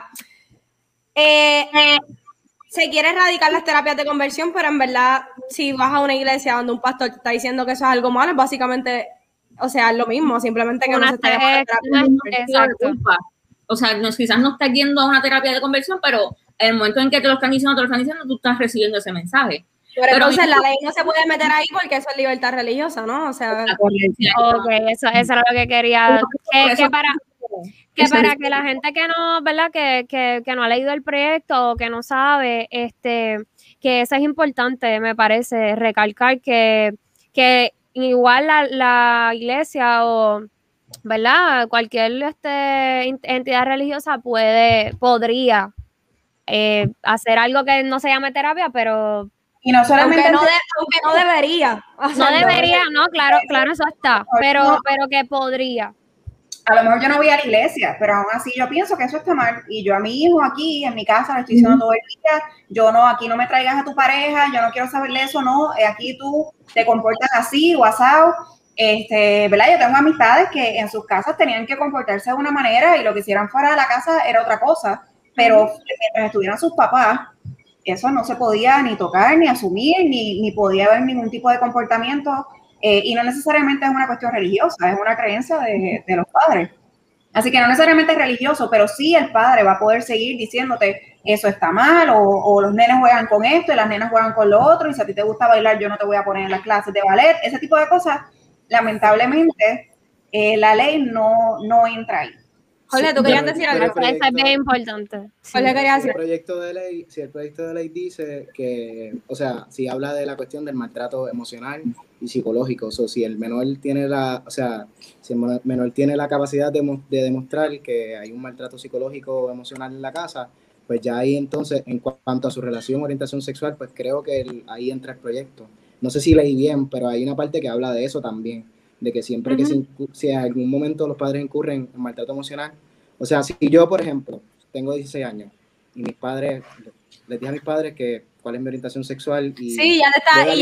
se quiere erradicar las terapias de conversión, pero en verdad, si vas a una iglesia donde un pastor te está diciendo que eso es algo malo, básicamente, o sea, es lo mismo, simplemente que no se está llamando exacto. O sea, quizás no estás yendo a una terapia de conversión, pero en el momento en que te lo están diciendo, tú estás recibiendo ese mensaje. Pero entonces la ley no se puede meter ahí porque eso es libertad religiosa, ¿no? O sea, eso era lo que quería. Que para que la gente que no, ¿verdad? Que no ha leído el proyecto o que no sabe, que eso es importante, me parece, recalcar que igual la iglesia o, ¿verdad? Cualquier entidad religiosa podría hacer algo que no se llame terapia, pero Y no solamente... Aunque no debería. No debería, no, claro, eso está, pero que podría. A lo mejor yo no voy a la iglesia, pero aún así yo pienso que eso está mal. Y yo a mi hijo aquí, en mi casa, le estoy diciendo todo el día, aquí no me traigas a tu pareja, yo no quiero saber de eso, no, aquí tú te comportas así o asado. ¿Verdad? Yo tengo amistades que en sus casas tenían que comportarse de una manera y lo que hicieran fuera de la casa era otra cosa, pero mientras estuvieran sus papás, eso no se podía ni tocar, ni asumir, ni podía haber ningún tipo de comportamiento. Y no necesariamente es una cuestión religiosa, es una creencia de los padres. Así que no necesariamente es religioso, pero sí el padre va a poder seguir diciéndote eso está mal, o los nenes juegan con esto y las nenas juegan con lo otro, y si a ti te gusta bailar yo no te voy a poner en las clases de ballet. Ese tipo de cosas, lamentablemente, la ley no entra ahí. Jorge, tú querías decir algo. Eso es bien importante. Jorge quería decir. Si el proyecto de ley dice que, o sea, si habla de la cuestión del maltrato emocional y psicológico, o si el menor tiene si el menor tiene la capacidad de demostrar que hay un maltrato psicológico o emocional en la casa, pues ya ahí entonces, en cuanto a su relación, orientación sexual, pues creo que ahí entra el proyecto. No sé si leí bien, pero hay una parte que habla de eso también, de que siempre que si en algún momento los padres incurren en maltrato emocional, o sea, si yo, por ejemplo, tengo 16 años y mis padres, les dije a mis padres que cuál es mi orientación sexual y... Sí, ya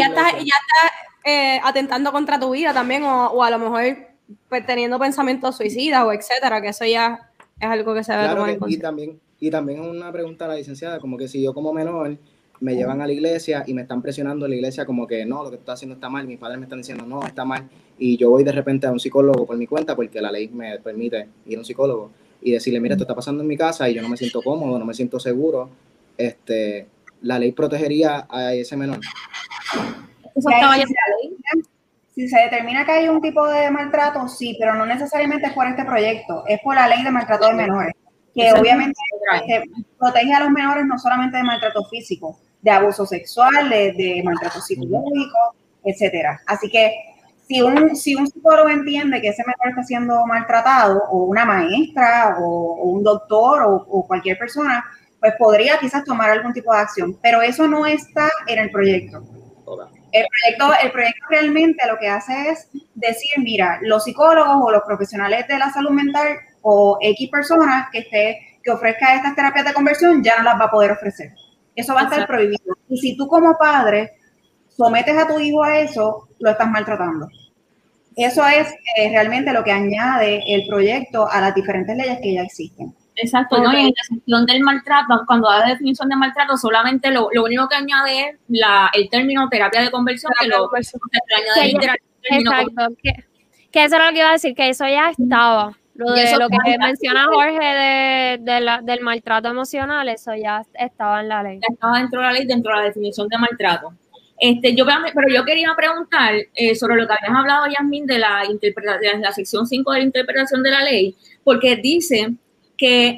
está atentando contra tu vida también, o a lo mejor pues, teniendo pensamientos suicidas o etcétera, que eso ya es algo que se debe tomar en cuenta. Y también una pregunta a la licenciada, como que si yo como menor me llevan a la iglesia y me están presionando en la iglesia como que no, lo que tú estás haciendo está mal, mis padres me están diciendo no, está mal, y yo voy de repente a un psicólogo por mi cuenta porque la ley me permite ir a un psicólogo y decirle, mira, esto está pasando en mi casa y yo no me siento cómodo, no me siento seguro, la ley protegería a ese menor. Eso estaba ya en la ley. Si se determina que hay un tipo de maltrato, sí, pero no necesariamente es por este proyecto, es por la ley de maltrato de menores, que obviamente protege a los menores no solamente de maltrato físico, de abuso sexual, de maltrato psicológico, etcétera. Así que si un psicólogo entiende que ese menor está siendo maltratado, o una maestra, o un doctor, o cualquier persona, pues podría quizás tomar algún tipo de acción, pero eso no está en el proyecto. El proyecto realmente lo que hace es decir, mira, los psicólogos o los profesionales de la salud mental o X personas que ofrezca estas terapias de conversión ya no las va a poder ofrecer. Eso va a estar prohibido. Y si tú como padre sometes a tu hijo a eso, lo estás maltratando. Eso es realmente lo que añade el proyecto a las diferentes leyes que ya existen. Exacto, ¿no? Y en la sección del maltrato, cuando da la definición de maltrato, solamente lo único que añade es el término terapia de conversión, que lo añade literalmente. Exacto, que eso era lo que iba a decir, que eso ya estaba. Lo que menciona Jorge del maltrato emocional, eso ya estaba en la ley. Ya estaba dentro de la ley, dentro de la definición de maltrato. Pero yo quería preguntar sobre lo que habías hablado, Yasmín, de la sección 5 de la interpretación de la ley, porque dice que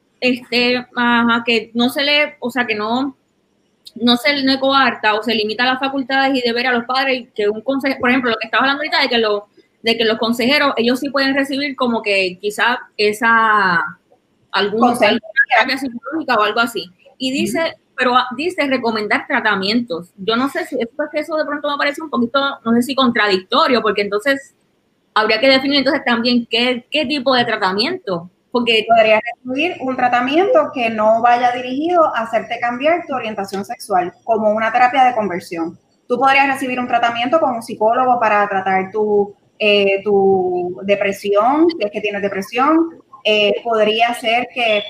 que no se le, o sea, que no se le coarta o se limita las facultades y deberes a los padres, que un consejero, por ejemplo, lo que estaba hablando ahorita de que los consejeros, ellos sí pueden recibir como que quizás alguna terapia psicológica o algo así. Y dice, pero dice recomendar tratamientos. Yo no sé si eso de pronto me parece un poquito, no sé si contradictorio, porque entonces habría que definir entonces también qué tipo de tratamiento. Porque podrías recibir un tratamiento que no vaya dirigido a hacerte cambiar tu orientación sexual, como una terapia de conversión. Tú podrías recibir un tratamiento con un psicólogo para tratar tu depresión, si es que tienes depresión. Podría ser que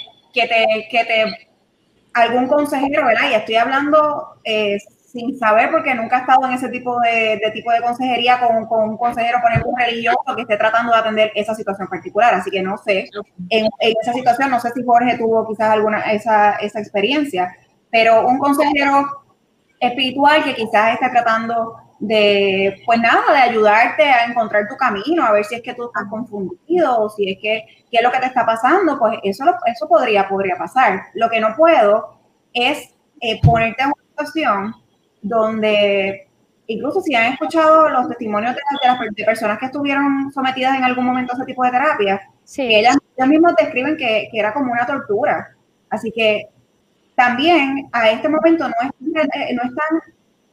algún consejero, ¿verdad? Y estoy hablando sin saber, porque nunca he estado en ese tipo de consejería con un consejero, por ejemplo, religioso que esté tratando de atender esa situación particular. Así que no sé, en esa situación, no sé si Jorge tuvo quizás esa experiencia, pero un consejero espiritual que quizás esté tratando de ayudarte a encontrar tu camino, a ver si es que tú estás confundido o si es que qué es lo que te está pasando, pues eso podría pasar. Lo que no puedo es ponerte en una situación donde, incluso si han escuchado los testimonios de personas que estuvieron sometidas en algún momento a ese tipo de terapia, sí, que ellas mismas describen que era como una tortura. Así que también a este momento no están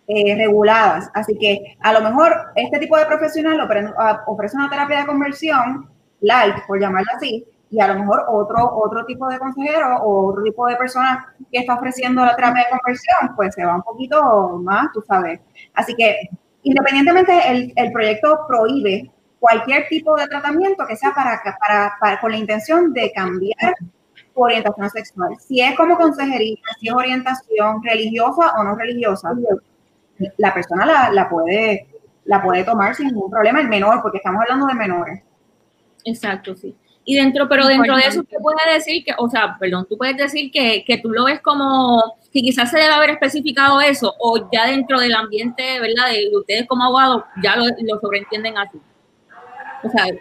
reguladas. Así que a lo mejor este tipo de profesional ofrece una terapia de conversión light, por llamarla así, y a lo mejor otro tipo de consejero o otro tipo de persona que está ofreciendo la terapia de conversión, pues se va un poquito más, tú sabes. Así que independientemente, el proyecto prohíbe cualquier tipo de tratamiento que sea con la intención de cambiar tu orientación sexual. Si es como consejería, si es orientación religiosa o no religiosa, la persona la puede tomar sin ningún problema, el menor, porque estamos hablando de menores. Exacto, sí. Y dentro de eso tú puedes decir tú puedes decir que tú lo ves como que quizás se debe haber especificado eso, o ya dentro del ambiente, ¿verdad? De ustedes como abogados ya lo sobreentienden así. O sea,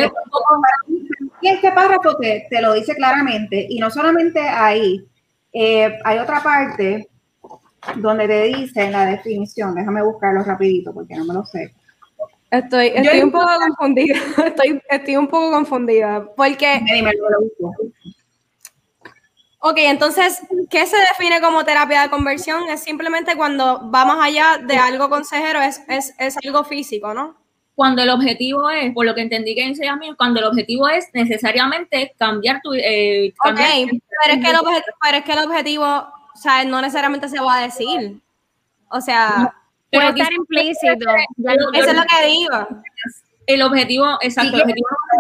y este párrafo te lo dice claramente, y no solamente ahí, hay otra parte donde te dice la definición, déjame buscarlo rapidito porque no me lo sé. Estoy un poco confundida, estoy un poco confundida, porque... Ok, entonces, ¿qué se define como terapia de conversión? Es simplemente cuando va más allá de algo consejero, es algo físico, ¿no? Cuando el objetivo es, por lo que entendí que dice a mí, cuando el objetivo es necesariamente cambiar tu... pero es que el objetivo, o sea, no necesariamente se va a decir. O sea... Puede estar implícito. Eso es lo que digo. El objetivo, exacto. Sí,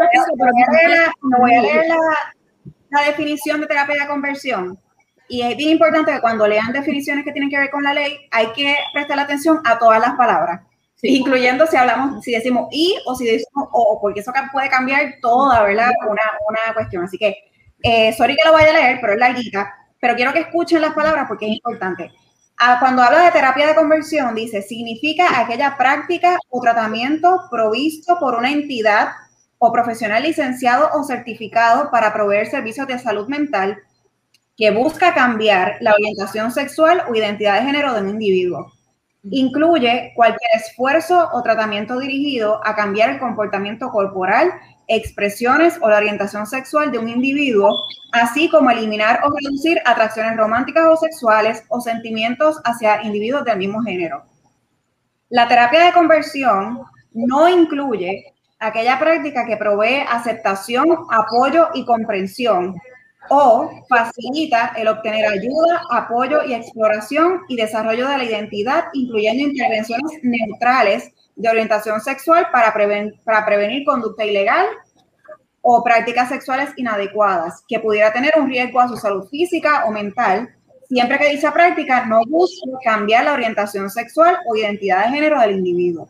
voy a leer la definición de terapia de conversión. Y es bien importante que cuando lean definiciones que tienen que ver con la ley, hay que prestar atención a todas las palabras, sí, incluyendo si decimos y o si decimos o, porque eso puede cambiar toda, ¿verdad? Una cuestión. Así que, sorry que lo vaya a leer, pero es larguita. Pero quiero que escuchen las palabras porque es importante. Cuando habla de terapia de conversión, dice, significa aquella práctica o tratamiento provisto por una entidad o profesional licenciado o certificado para proveer servicios de salud mental que busca cambiar la orientación sexual o identidad de género de un individuo. Incluye cualquier esfuerzo o tratamiento dirigido a cambiar el comportamiento corporal, expresiones o la orientación sexual de un individuo, así como eliminar o reducir atracciones románticas o sexuales o sentimientos hacia individuos del mismo género. La terapia de conversión no incluye aquella práctica que provee aceptación, apoyo y comprensión o facilita el obtener ayuda, apoyo y exploración y desarrollo de la identidad, incluyendo intervenciones neutrales de orientación sexual para prevenir conducta ilegal o prácticas sexuales inadecuadas que pudiera tener un riesgo a su salud física o mental, siempre que dicha práctica no busque cambiar la orientación sexual o identidad de género del individuo.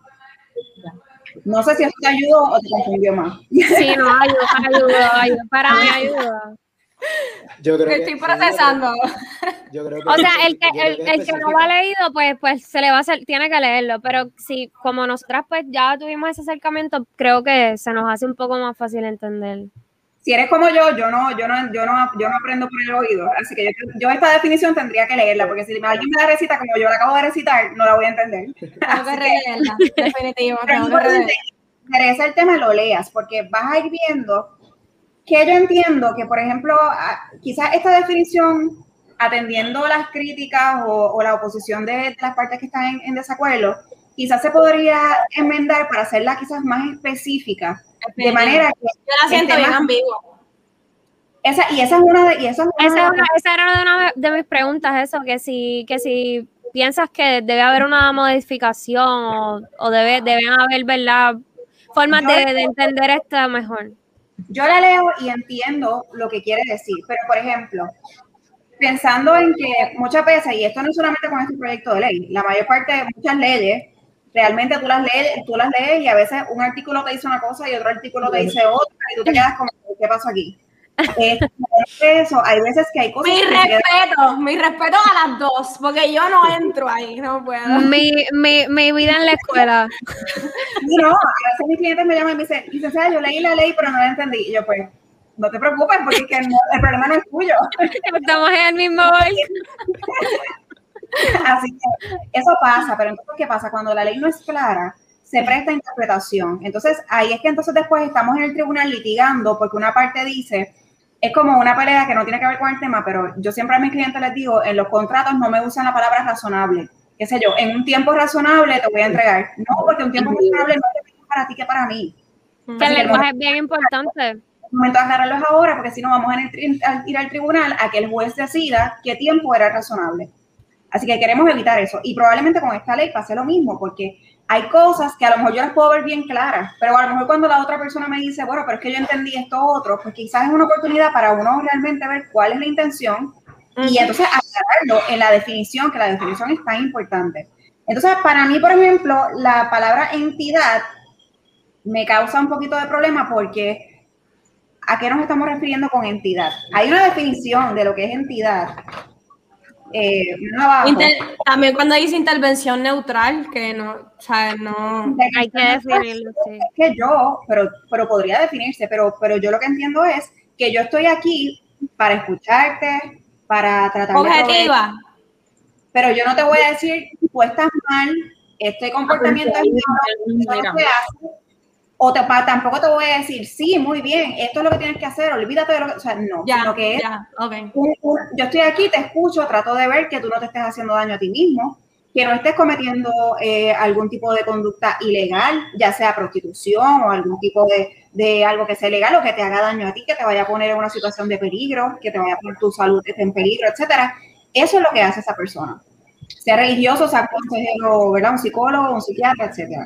No sé si esto te ayudó o te confundió más. Sí, no, ayuda. Para mí ayuda. Yo creo estoy procesando. O sea, el que no lo ha leído, pues se le va a hacer, tiene que leerlo, pero si como nosotras pues ya tuvimos ese acercamiento, creo que se nos hace un poco más fácil entender. Si eres como yo no aprendo por el oído, así que yo esta definición tendría que leerla, porque si alguien me la recita como yo la acabo de recitar, no la voy a entender. Tengo que releerla, definitivo. Tengo que releerla. Si te interesa el tema, lo leas, porque vas a ir viendo que yo entiendo que, por ejemplo, quizás esta definición, atendiendo las críticas o la oposición de las partes que están en desacuerdo, quizás se podría enmendar para hacerla quizás más específica, de manera que... Yo la siento bien ambigua. Esa era una de mis preguntas, eso, que si piensas que debe haber una modificación o deben haber, ¿verdad?, formas de entender esto mejor. Yo la leo y entiendo lo que quiere decir, pero por ejemplo, pensando en que muchas veces, y esto no es solamente con este proyecto de ley, la mayor parte de muchas leyes, realmente tú las lees y a veces un artículo te dice una cosa y otro artículo te dice otra y tú te quedas como, ¿qué pasó aquí? Eso, hay veces que hay cosas... Mi respeto a las dos, porque yo no entro ahí, no puedo. Mi vida en la escuela. No, a veces mis clientes me llaman y me dicen, licenciada, yo leí la ley, pero no la entendí. Y yo, pues, no te preocupes, porque es que el problema no es tuyo. Estamos en el mismo barco. Así que eso pasa, pero entonces, ¿qué pasa? Cuando la ley no es clara, se presta interpretación. Entonces, ahí es que entonces después estamos en el tribunal litigando, porque una parte dice... Es como una pelea que no tiene que ver con el tema, pero yo siempre a mis clientes les digo, en los contratos no me usan la palabra razonable, qué sé yo, en un tiempo razonable te voy a entregar. No, porque un tiempo razonable no es lo mismo para ti que para mí. Que el lenguaje es bien importante. Es momento de aclararlos ahora, porque si no vamos a ir al tribunal a que el juez decida qué tiempo era razonable. Así que queremos evitar eso. Y probablemente con esta ley pase lo mismo, porque hay cosas que a lo mejor yo las puedo ver bien claras, pero a lo mejor cuando la otra persona me dice, bueno, pero es que yo entendí esto otro, pues quizás es una oportunidad para uno realmente ver cuál es la intención y entonces aclararlo en la definición, que la definición es tan importante. Entonces, para mí, por ejemplo, la palabra entidad me causa un poquito de problema porque ¿a qué nos estamos refiriendo con entidad? Hay una definición de lo que es entidad. También cuando dice intervención neutral, que no, o sea, no... Hay que definirlo, sí. Es que yo, pero podría definirse, pero yo lo que entiendo es que yo estoy aquí para escucharte, para tratar objetiva. Pero yo no te voy a decir, tú estás mal, este comportamiento es malo, eso no se hace. O tampoco te voy a decir, sí, muy bien, esto es lo que tienes que hacer, olvídate de lo que... O sea, no, sino que es... Okay. Yo estoy aquí, te escucho, trato de ver que tú no te estés haciendo daño a ti mismo, que no estés cometiendo algún tipo de conducta ilegal, ya sea prostitución o algún tipo de algo que sea ilegal o que te haga daño a ti, que te vaya a poner en una situación de peligro, que te vaya a poner tu salud en peligro, etcétera. Eso es lo que hace esa persona. Sea religioso, sea consejero, ¿verdad? Un psicólogo, un psiquiatra, etcétera.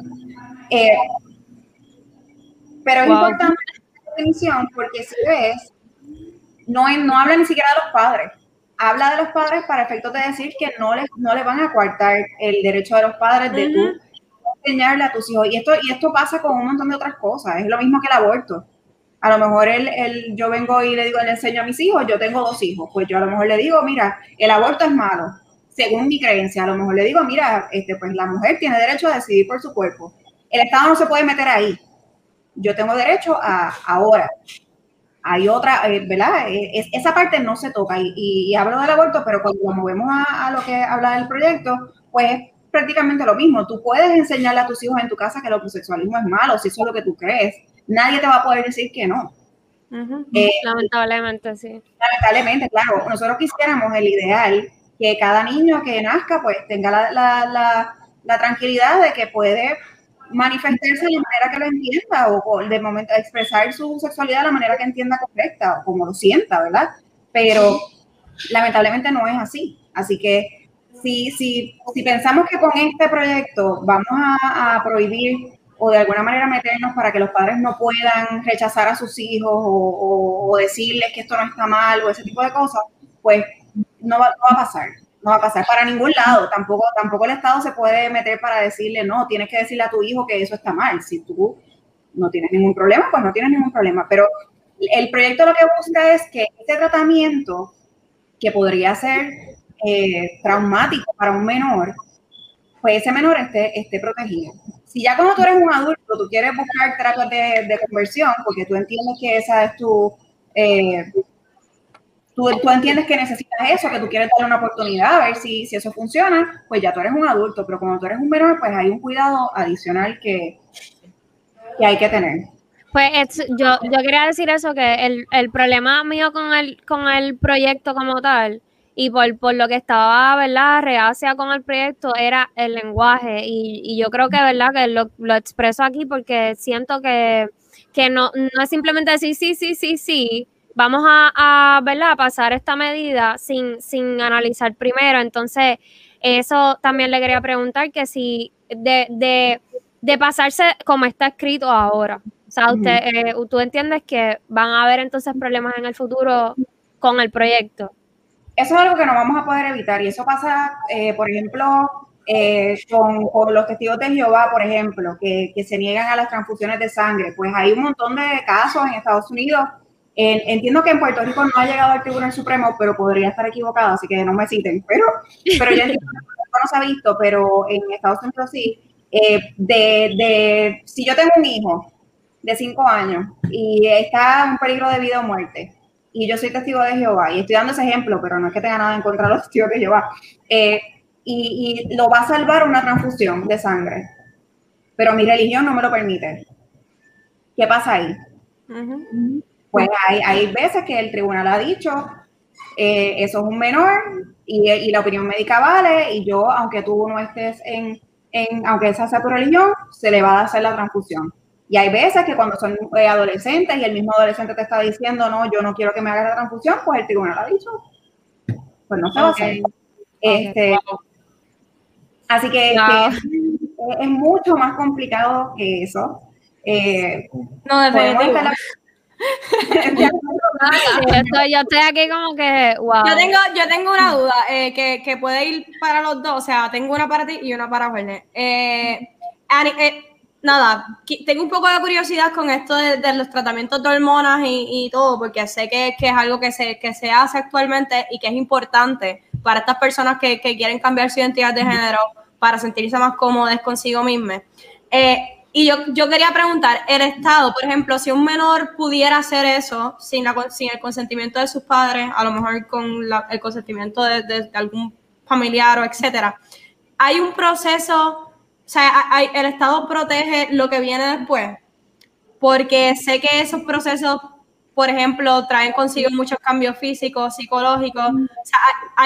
Pero es importante la definición porque si ves, no habla ni siquiera de los padres. Habla de los padres para efectos de decir que no le van a coartar el derecho de los padres de tú enseñarle a tus hijos. Y esto pasa con un montón de otras cosas. Es lo mismo que el aborto. A lo mejor yo vengo y le enseño a mis hijos, yo tengo 2 hijos. Pues yo a lo mejor le digo, mira, el aborto es malo. Según mi creencia, a lo mejor le digo, mira, pues la mujer tiene derecho a decidir por su cuerpo. El Estado no se puede meter ahí. Yo tengo derecho a ahora. Hay otra, ¿verdad? Esa parte no se toca y hablo del aborto, pero cuando lo movemos a lo que habla del proyecto, pues es prácticamente lo mismo. Tú puedes enseñarle a tus hijos en tu casa que el homosexualismo es malo, si eso es lo que tú crees. Nadie te va a poder decir que no. Lamentablemente, sí. Lamentablemente, claro. Nosotros quisiéramos el ideal que cada niño que nazca pues tenga la tranquilidad de que puede manifestarse de la manera que lo entienda o de momento expresar su sexualidad de la manera que entienda correcta o como lo sienta, ¿verdad? Pero lamentablemente no es así. Así que si pensamos que con este proyecto vamos a prohibir o de alguna manera meternos para que los padres no puedan rechazar a sus hijos o decirles que esto no está mal o ese tipo de cosas, pues no va a pasar. No va a pasar para ningún lado. Tampoco el Estado se puede meter para decirle, no, tienes que decirle a tu hijo que eso está mal. Si tú no tienes ningún problema, pues no tienes ningún problema. Pero el proyecto lo que busca es que este tratamiento, que podría ser traumático para un menor, pues ese menor esté protegido. Si ya cuando tú eres un adulto, tú quieres buscar terapias de conversión, porque tú entiendes que esa es tú entiendes que necesitas eso, que tú quieres darle una oportunidad a ver si eso funciona, pues ya tú eres un adulto, pero cuando tú eres un menor, pues hay un cuidado adicional que hay que tener. Pues yo quería decir eso, que el problema mío con el proyecto como tal, y por lo que estaba, ¿verdad?, reacia con el proyecto, era el lenguaje, y yo creo que, ¿verdad?, que lo expreso aquí porque siento que no es simplemente decir sí, vamos ¿verdad?, a pasar esta medida sin analizar primero. Entonces, eso también le quería preguntar, que si de pasarse como está escrito ahora, o sea, tú entiendes que van a haber entonces problemas en el futuro con el proyecto. Eso es algo que no vamos a poder evitar y eso pasa, por ejemplo, con los testigos de Jehová, por ejemplo, que se niegan a las transfusiones de sangre. Pues hay un montón de casos en Estados Unidos. Entiendo que en Puerto Rico no ha llegado al Tribunal Supremo, pero podría estar equivocado, así que no me citen. Pero yo entiendo que no se ha visto, pero en Estados Unidos sí. Si yo tengo un hijo de 5 años y está en peligro de vida o muerte, y yo soy testigo de Jehová, y estoy dando ese ejemplo, pero no es que tenga nada en contra de los testigos de Jehová, y lo va a salvar una transfusión de sangre, pero mi religión no me lo permite. ¿Qué pasa ahí? Pues hay veces que el tribunal ha dicho, eso es un menor, y la opinión médica vale, y yo, aunque tú no estés aunque esa sea tu religión, se le va a hacer la transfusión. Y hay veces que cuando son adolescentes y el mismo adolescente te está diciendo, no, yo no quiero que me hagas la transfusión, pues el tribunal ha dicho, pues no se va a hacer. Así que es mucho más complicado que eso. No, definitivamente. Yo estoy aquí como que, wow. Yo tengo una duda que puede ir para los dos, o sea, tengo una para ti y una para Jorge. Nada, tengo un poco de curiosidad con esto de los tratamientos de hormonas y todo, porque sé que es algo que se hace actualmente y que es importante para estas personas que quieren cambiar su identidad de género para sentirse más cómodas consigo mismas. Y yo quería preguntar, el Estado, por ejemplo, si un menor pudiera hacer eso sin el consentimiento de sus padres, a lo mejor con el consentimiento de algún familiar o etcétera, hay un proceso, o sea, el Estado protege lo que viene después, porque sé que esos procesos, por ejemplo, traen consigo muchos cambios físicos, psicológicos, o sea,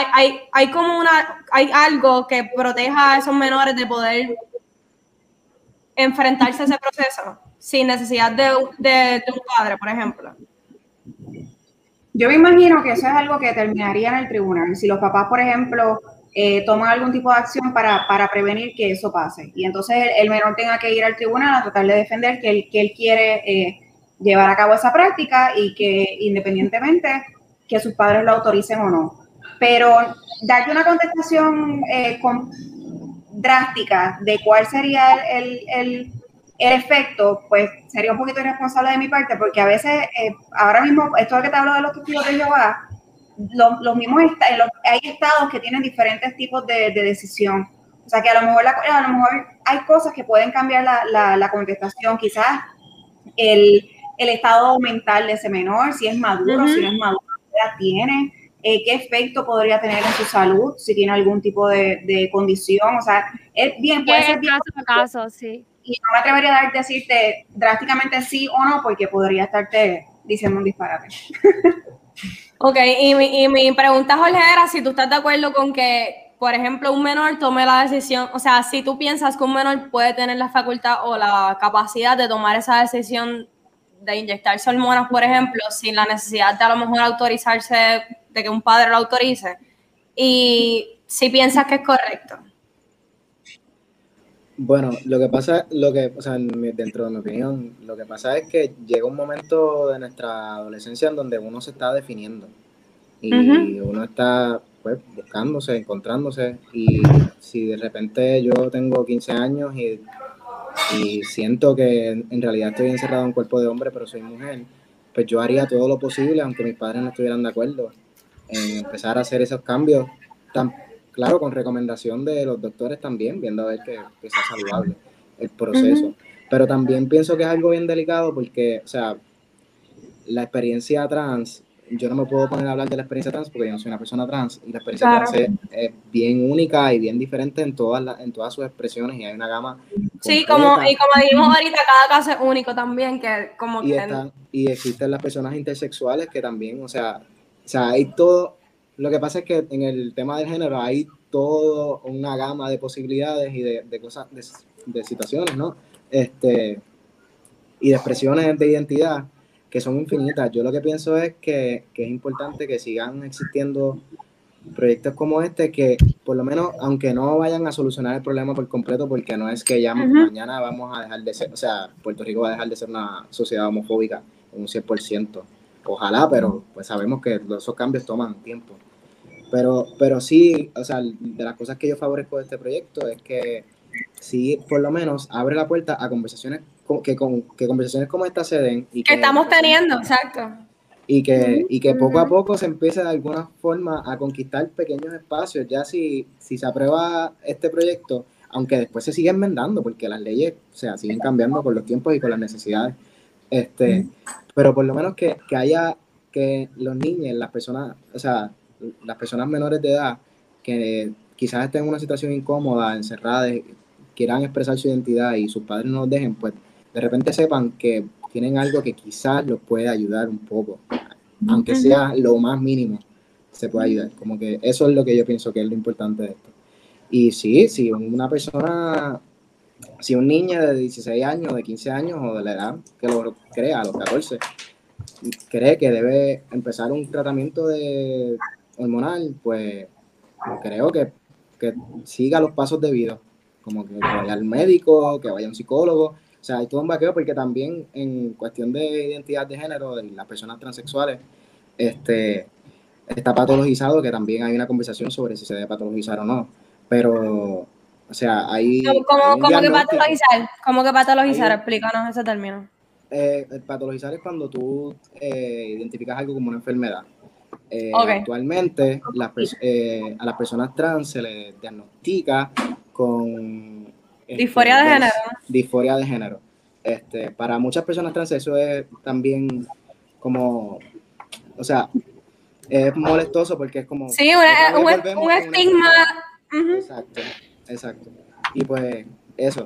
hay algo que proteja a esos menores de poder enfrentarse a ese proceso sin necesidad de un padre, por ejemplo. Yo me imagino que eso es algo que terminaría en el tribunal. Si los papás, por ejemplo, toman algún tipo de acción para prevenir que eso pase. Y entonces el menor tenga que ir al tribunal a tratar de defender que él quiere llevar a cabo esa práctica y que independientemente que sus padres lo autoricen o no. Pero darle una contestación drástica de cuál sería el efecto, pues sería un poquito irresponsable de mi parte, porque a veces, ahora mismo, esto de que te hablo de los testigos de Jehová, los mismos hay estados que tienen diferentes tipos de decisión. O sea que a lo mejor hay cosas que pueden cambiar la contestación, quizás el estado mental de ese menor, si es maduro, si no es maduro, qué edad tiene, qué efecto podría tener en su salud, si tiene algún tipo de condición. O sea, puede ser bien caso, sí. Y no me atrevería a decirte drásticamente sí o no, porque podría estarte diciendo un disparate. Ok, y mi pregunta, Jorge, era si tú estás de acuerdo con que, por ejemplo, un menor tome la decisión, o sea, si tú piensas que un menor puede tener la facultad o la capacidad de tomar esa decisión de inyectarse hormonas, por ejemplo, sin la necesidad de a lo mejor autorizarse, de que un padre lo autorice, y si piensas que es correcto. Bueno, o sea, dentro de mi opinión, lo que pasa es que llega un momento de nuestra adolescencia en donde uno se está definiendo y uno está pues buscándose, encontrándose, y si de repente yo tengo 15 años y siento que en realidad estoy encerrado en un cuerpo de hombre pero soy mujer, pues yo haría todo lo posible, aunque mis padres no estuvieran de acuerdo, en empezar a hacer esos cambios claro, con recomendación de los doctores también, viendo a ver que sea saludable el proceso. Pero también pienso que es algo bien delicado porque, o sea, la experiencia trans, yo no me puedo poner a hablar de la experiencia trans porque yo no soy una persona trans, y la experiencia trans es bien única y bien diferente en todas sus expresiones, y hay una gama sí, como dijimos ahorita, cada caso es único también, que como y existen las personas intersexuales que también, o sea, hay todo. Lo que pasa es que en el tema del género hay toda una gama de posibilidades y de cosas, de situaciones, ¿no? Y de expresiones de identidad que son infinitas. Yo lo que pienso es que es importante que sigan existiendo proyectos como este, que por lo menos, aunque no vayan a solucionar el problema por completo, porque no es que ya mañana vamos a dejar de ser, o sea, Puerto Rico va a dejar de ser una sociedad homofóbica en un 100%. Ojalá, pero pues sabemos que esos cambios toman tiempo. Pero sí, o sea, de las cosas que yo favorezco de este proyecto es que sí, por lo menos abre la puerta a conversaciones que conversaciones como esta se den. Y que estamos teniendo, exacto. Y que poco a poco se empiece de alguna forma a conquistar pequeños espacios. Ya si se aprueba este proyecto, aunque después se sigue enmendando, porque las leyes, o sea, siguen cambiando con los tiempos y con las necesidades. Pero por lo menos que haya, que los niños, las personas, o sea, las personas menores de edad que quizás estén en una situación incómoda, encerradas, quieran expresar su identidad y sus padres no los dejen, pues de repente sepan que tienen algo que quizás los puede ayudar un poco, aunque sea lo más mínimo, se puede ayudar. Como que eso es lo que yo pienso que es lo importante de esto. Y sí, si una persona, si un niño de 16 años, de 15 años o de la edad que lo crea, a los 14, cree que debe empezar un tratamiento hormonal, pues creo que siga los pasos debidos, como que vaya al médico, que vaya a un psicólogo. O sea, hay todo un vaqueo porque también en cuestión de identidad de género, de las personas transexuales, está patologizado, que también hay una conversación sobre si se debe patologizar o no. Pero, o sea, hay ¿Cómo que patologizar? ¿Cómo que patologizar? Explícanos ese término. El patologizar es cuando tú identificas algo como una enfermedad. Okay. Actualmente a las personas trans se les diagnostica con disforia de género. Disforia de género. Para muchas personas trans eso es también como, o sea, es molestoso porque es como... Sí, un estigma. Exacto. Y pues eso.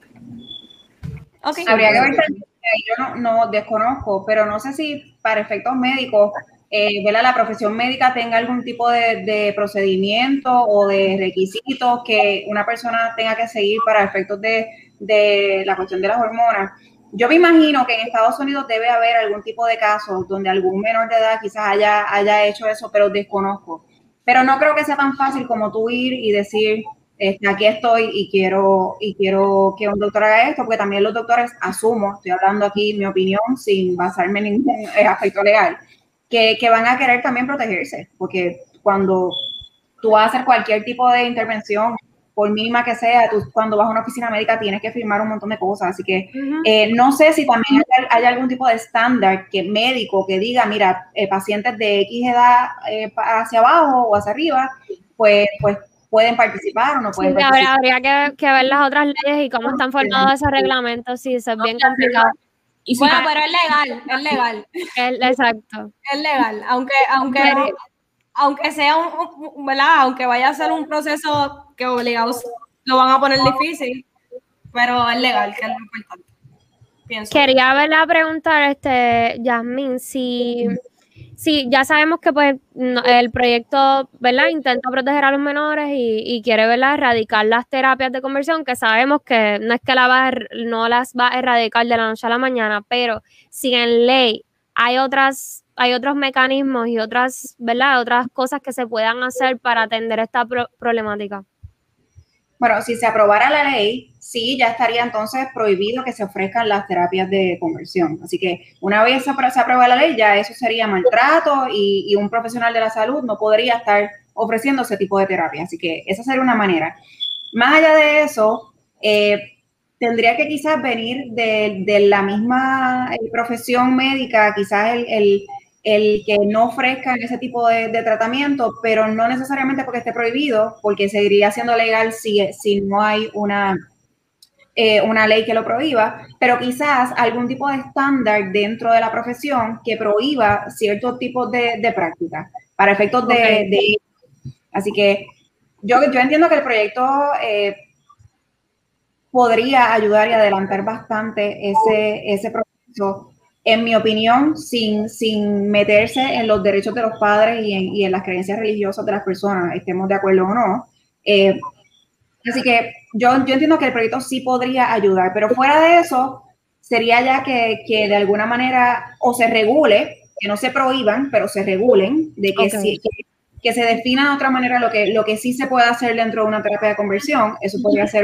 Okay. Habría que ver, yo no desconozco, pero no sé si para efectos médicos, la profesión médica tenga algún tipo de procedimiento o de requisitos que una persona tenga que seguir para efectos de la cuestión de las hormonas. Yo me imagino que en Estados Unidos debe haber algún tipo de caso donde algún menor de edad quizás haya hecho eso, pero desconozco. Pero no creo que sea tan fácil como tú ir y decir, aquí estoy y quiero que un doctor haga esto, porque también los doctores, asumo, estoy hablando aquí mi opinión sin basarme en ningún aspecto legal, que van a querer también protegerse, porque cuando tú vas a hacer cualquier tipo de intervención, por mínima que sea, tú cuando vas a una oficina médica tienes que firmar un montón de cosas, así que no sé si también hay algún tipo de estándar médico que diga, mira, pacientes de X edad hacia abajo o hacia arriba, pues pueden participar o no pueden participar. Habría que ver las otras leyes y cómo están formados esos reglamentos, sí, eso es bien complicado. Y bueno, pero es legal. Exacto. Es legal, aunque sea ¿verdad? Aunque vaya a ser un proceso que obligados lo van a poner difícil, pero es legal, que es lo importante. Pienso. Quería preguntar, Yasmín, si ya sabemos que pues el proyecto, ¿verdad?, intenta proteger a los menores y quiere, ¿verdad?, erradicar las terapias de conversión, que sabemos que no es que no las va a erradicar de la noche a la mañana, pero si en ley hay otros mecanismos y otras cosas que se puedan hacer para atender esta problemática. Bueno, si se aprobara la ley, sí, ya estaría entonces prohibido que se ofrezcan las terapias de conversión. Así que una vez se aprueba la ley, ya eso sería maltrato y un profesional de la salud no podría estar ofreciendo ese tipo de terapia. Así que esa sería una manera. Más allá de eso, tendría que quizás venir de la misma profesión médica, quizás el que no ofrezcan ese tipo de tratamiento, pero no necesariamente porque esté prohibido, porque seguiría siendo legal si no hay una ley que lo prohíba, pero quizás algún tipo de estándar dentro de la profesión que prohíba ciertos tipos de prácticas para efectos de... Así que yo entiendo que el proyecto podría ayudar y adelantar bastante ese proceso, en mi opinión, sin meterse en los derechos de los padres y en las creencias religiosas de las personas, estemos de acuerdo o no. Así que yo entiendo que el proyecto sí podría ayudar, pero fuera de eso, sería ya que de alguna manera o se regule, que no se prohíban, pero se regulen, de que que se defina de otra manera lo que sí se puede hacer dentro de una terapia de conversión. Eso podría ser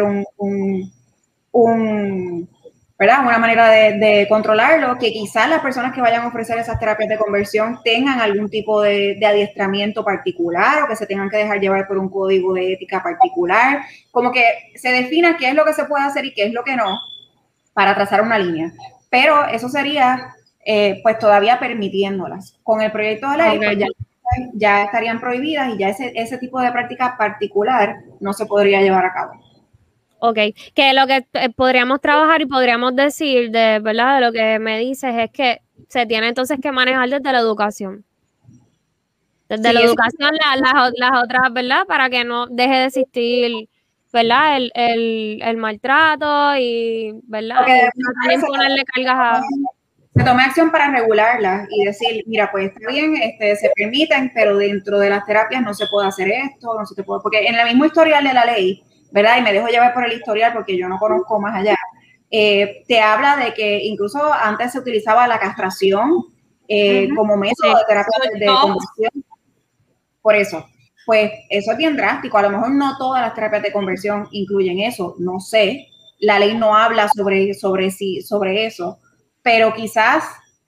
¿verdad? Una manera de controlarlo, que quizás las personas que vayan a ofrecer esas terapias de conversión tengan algún tipo de adiestramiento particular o que se tengan que dejar llevar por un código de ética particular, como que se defina qué es lo que se puede hacer y qué es lo que no, para trazar una línea. Pero eso sería, pues todavía permitiéndolas. Con el proyecto de ley, pues ya estarían prohibidas y ya ese tipo de práctica particular no se podría llevar a cabo. Ok, que lo que podríamos trabajar y podríamos decir, ¿verdad?, de lo que me dices es que se tiene entonces que manejar desde la educación. Desde la educación, las otras, ¿verdad?, para que no deje de existir, ¿verdad?, el maltrato y, ¿verdad?, también ponerle cargas a... se tome acción para regularlas y decir, mira, pues está bien, se permiten, pero dentro de las terapias no se puede hacer esto, no se te puede, porque en el mismo historial de la ley, ¿verdad? Y me dejo llevar por el historial porque yo no conozco más allá, te habla de que incluso antes se utilizaba la castración como método de terapia de conversión. Por eso, pues eso es bien drástico. A lo mejor no todas las terapias de conversión incluyen eso, no sé. La ley no habla sobre eso, pero quizás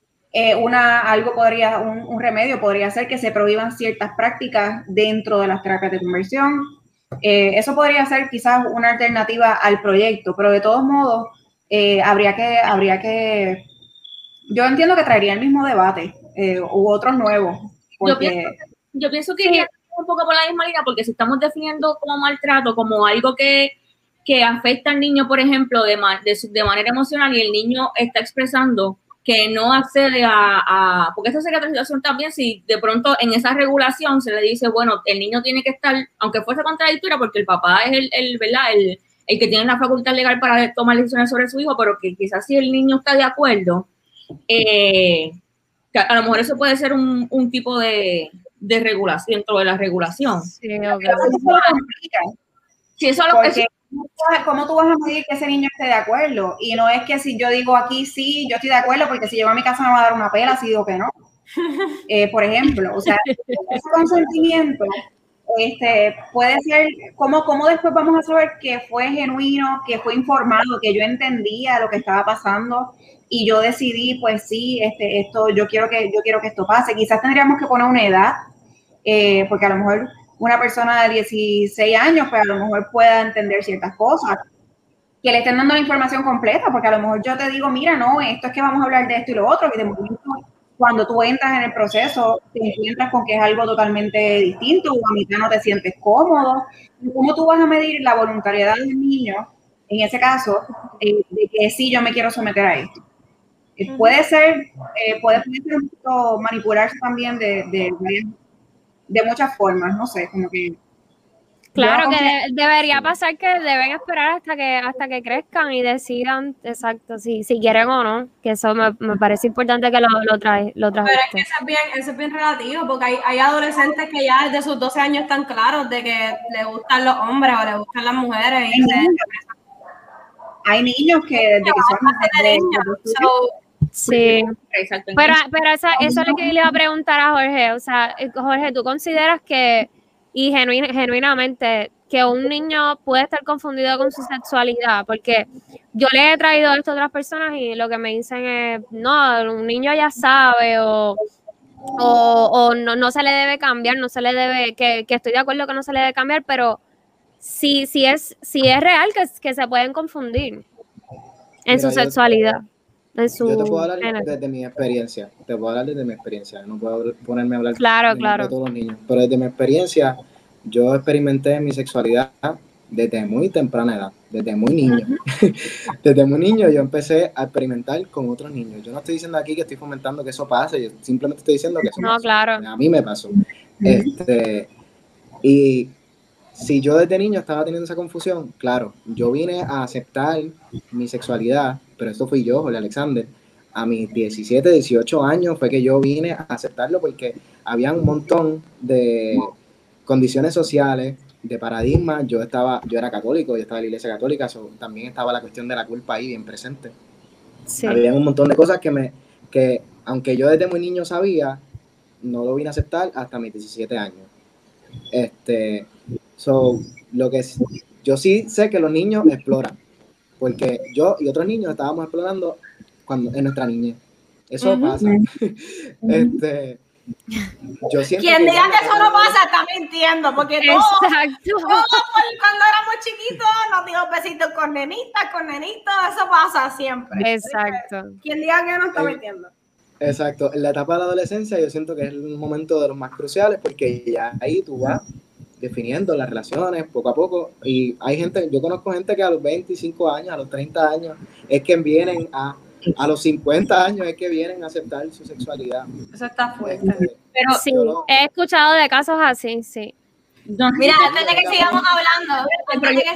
un remedio podría ser que se prohíban ciertas prácticas dentro de las terapias de conversión. Eso podría ser quizás una alternativa al proyecto, pero de todos modos habría que, yo entiendo que traería el mismo debate u otros nuevos. Porque yo pienso que un poco por la misma línea, porque si estamos definiendo como maltrato, como algo que afecta al niño, por ejemplo, de manera emocional, y el niño está expresando que no accede porque eso sería otra situación también, si de pronto en esa regulación se le dice, bueno, el niño tiene que estar, aunque fuese contradictoria, porque el papá es el que tiene la facultad legal para tomar decisiones sobre su hijo, pero que quizás si el niño está de acuerdo, a lo mejor eso puede ser un tipo de regulación, dentro de la regulación. Sí, okay. Sí, eso es lo que... ¿Cómo tú vas a medir que ese niño esté de acuerdo? Y no es que si yo digo aquí sí, yo estoy de acuerdo, porque si llego a mi casa me va a dar una pela si digo que no. Por ejemplo, o sea, ese consentimiento puede ser, ¿cómo después vamos a saber que fue genuino, que fue informado, que yo entendía lo que estaba pasando y yo decidí, pues sí, yo quiero que esto pase? Quizás tendríamos que poner una edad, porque a lo mejor una persona de 16 años, pues a lo mejor pueda entender ciertas cosas, que le estén dando la información completa, porque a lo mejor yo te digo, mira, no, esto es que vamos a hablar de esto y lo otro, y de momento, cuando tú entras en el proceso, te encuentras con que es algo totalmente distinto, o a mitad no te sientes cómodo. ¿Cómo tú vas a medir la voluntariedad del niño, en ese caso, de que sí, yo me quiero someter a esto? Puede ser un poco manipularse también de muchas formas, no sé, como que... Claro, que debería pasar que deben esperar hasta que crezcan y decidan exacto si quieren o no, que eso me parece importante que lo traes. Pero es que eso es bien relativo, porque hay adolescentes que ya desde sus 12 años están claros de que les gustan los hombres o les gustan las mujeres. Hay niños que desde que son sí, pero eso es lo que le iba a preguntar a Jorge. O sea, Jorge, ¿tú consideras que, y genuinamente, que un niño puede estar confundido con su sexualidad? Porque yo le he traído esto a otras personas y lo que me dicen es, no, un niño ya sabe o no se le debe cambiar, no se le debe, que estoy de acuerdo que no se le debe cambiar, pero sí es real que se pueden confundir en su sexualidad. Yo te puedo hablar desde mi experiencia. No puedo ponerme a hablar de todos los niños. Pero desde mi experiencia, yo experimenté mi sexualidad desde muy temprana edad, desde muy niño. Desde muy niño yo empecé a experimentar con otros niños. Yo no estoy diciendo aquí que estoy fomentando que eso pase, yo simplemente estoy diciendo que eso pasó. Claro. A mí me pasó. Y si yo desde niño estaba teniendo esa confusión, claro, yo vine a aceptar mi sexualidad, pero esto fui yo, Jorge Alexander, a mis 17, 18 años fue que yo vine a aceptarlo porque había un montón de condiciones sociales, de paradigmas. Yo era católico, yo estaba en la iglesia católica, también estaba la cuestión de la culpa ahí bien presente. Sí. Había un montón de cosas que aunque yo desde muy niño sabía, no lo vine a aceptar hasta mis 17 años. Yo sí sé que los niños exploran, porque yo y otros niños estábamos explorando en nuestra niñez. Eso pasa. Yo siento quien diga que eso no pasa está mintiendo, porque todos cuando éramos chiquitos nos dimos besitos con nenitos, eso pasa siempre. Exacto. Quien diga que no está mintiendo. Exacto. En la etapa de la adolescencia yo siento que es el momento de los más cruciales, porque ya ahí tú vas definiendo las relaciones poco a poco, y yo conozco gente que a los 25 años, a los 30 años, es que vienen a los 50 años es que vienen a aceptar su sexualidad. Eso está fuerte. Pero sí, he escuchado de casos así, sí. Mira, antes de que sigamos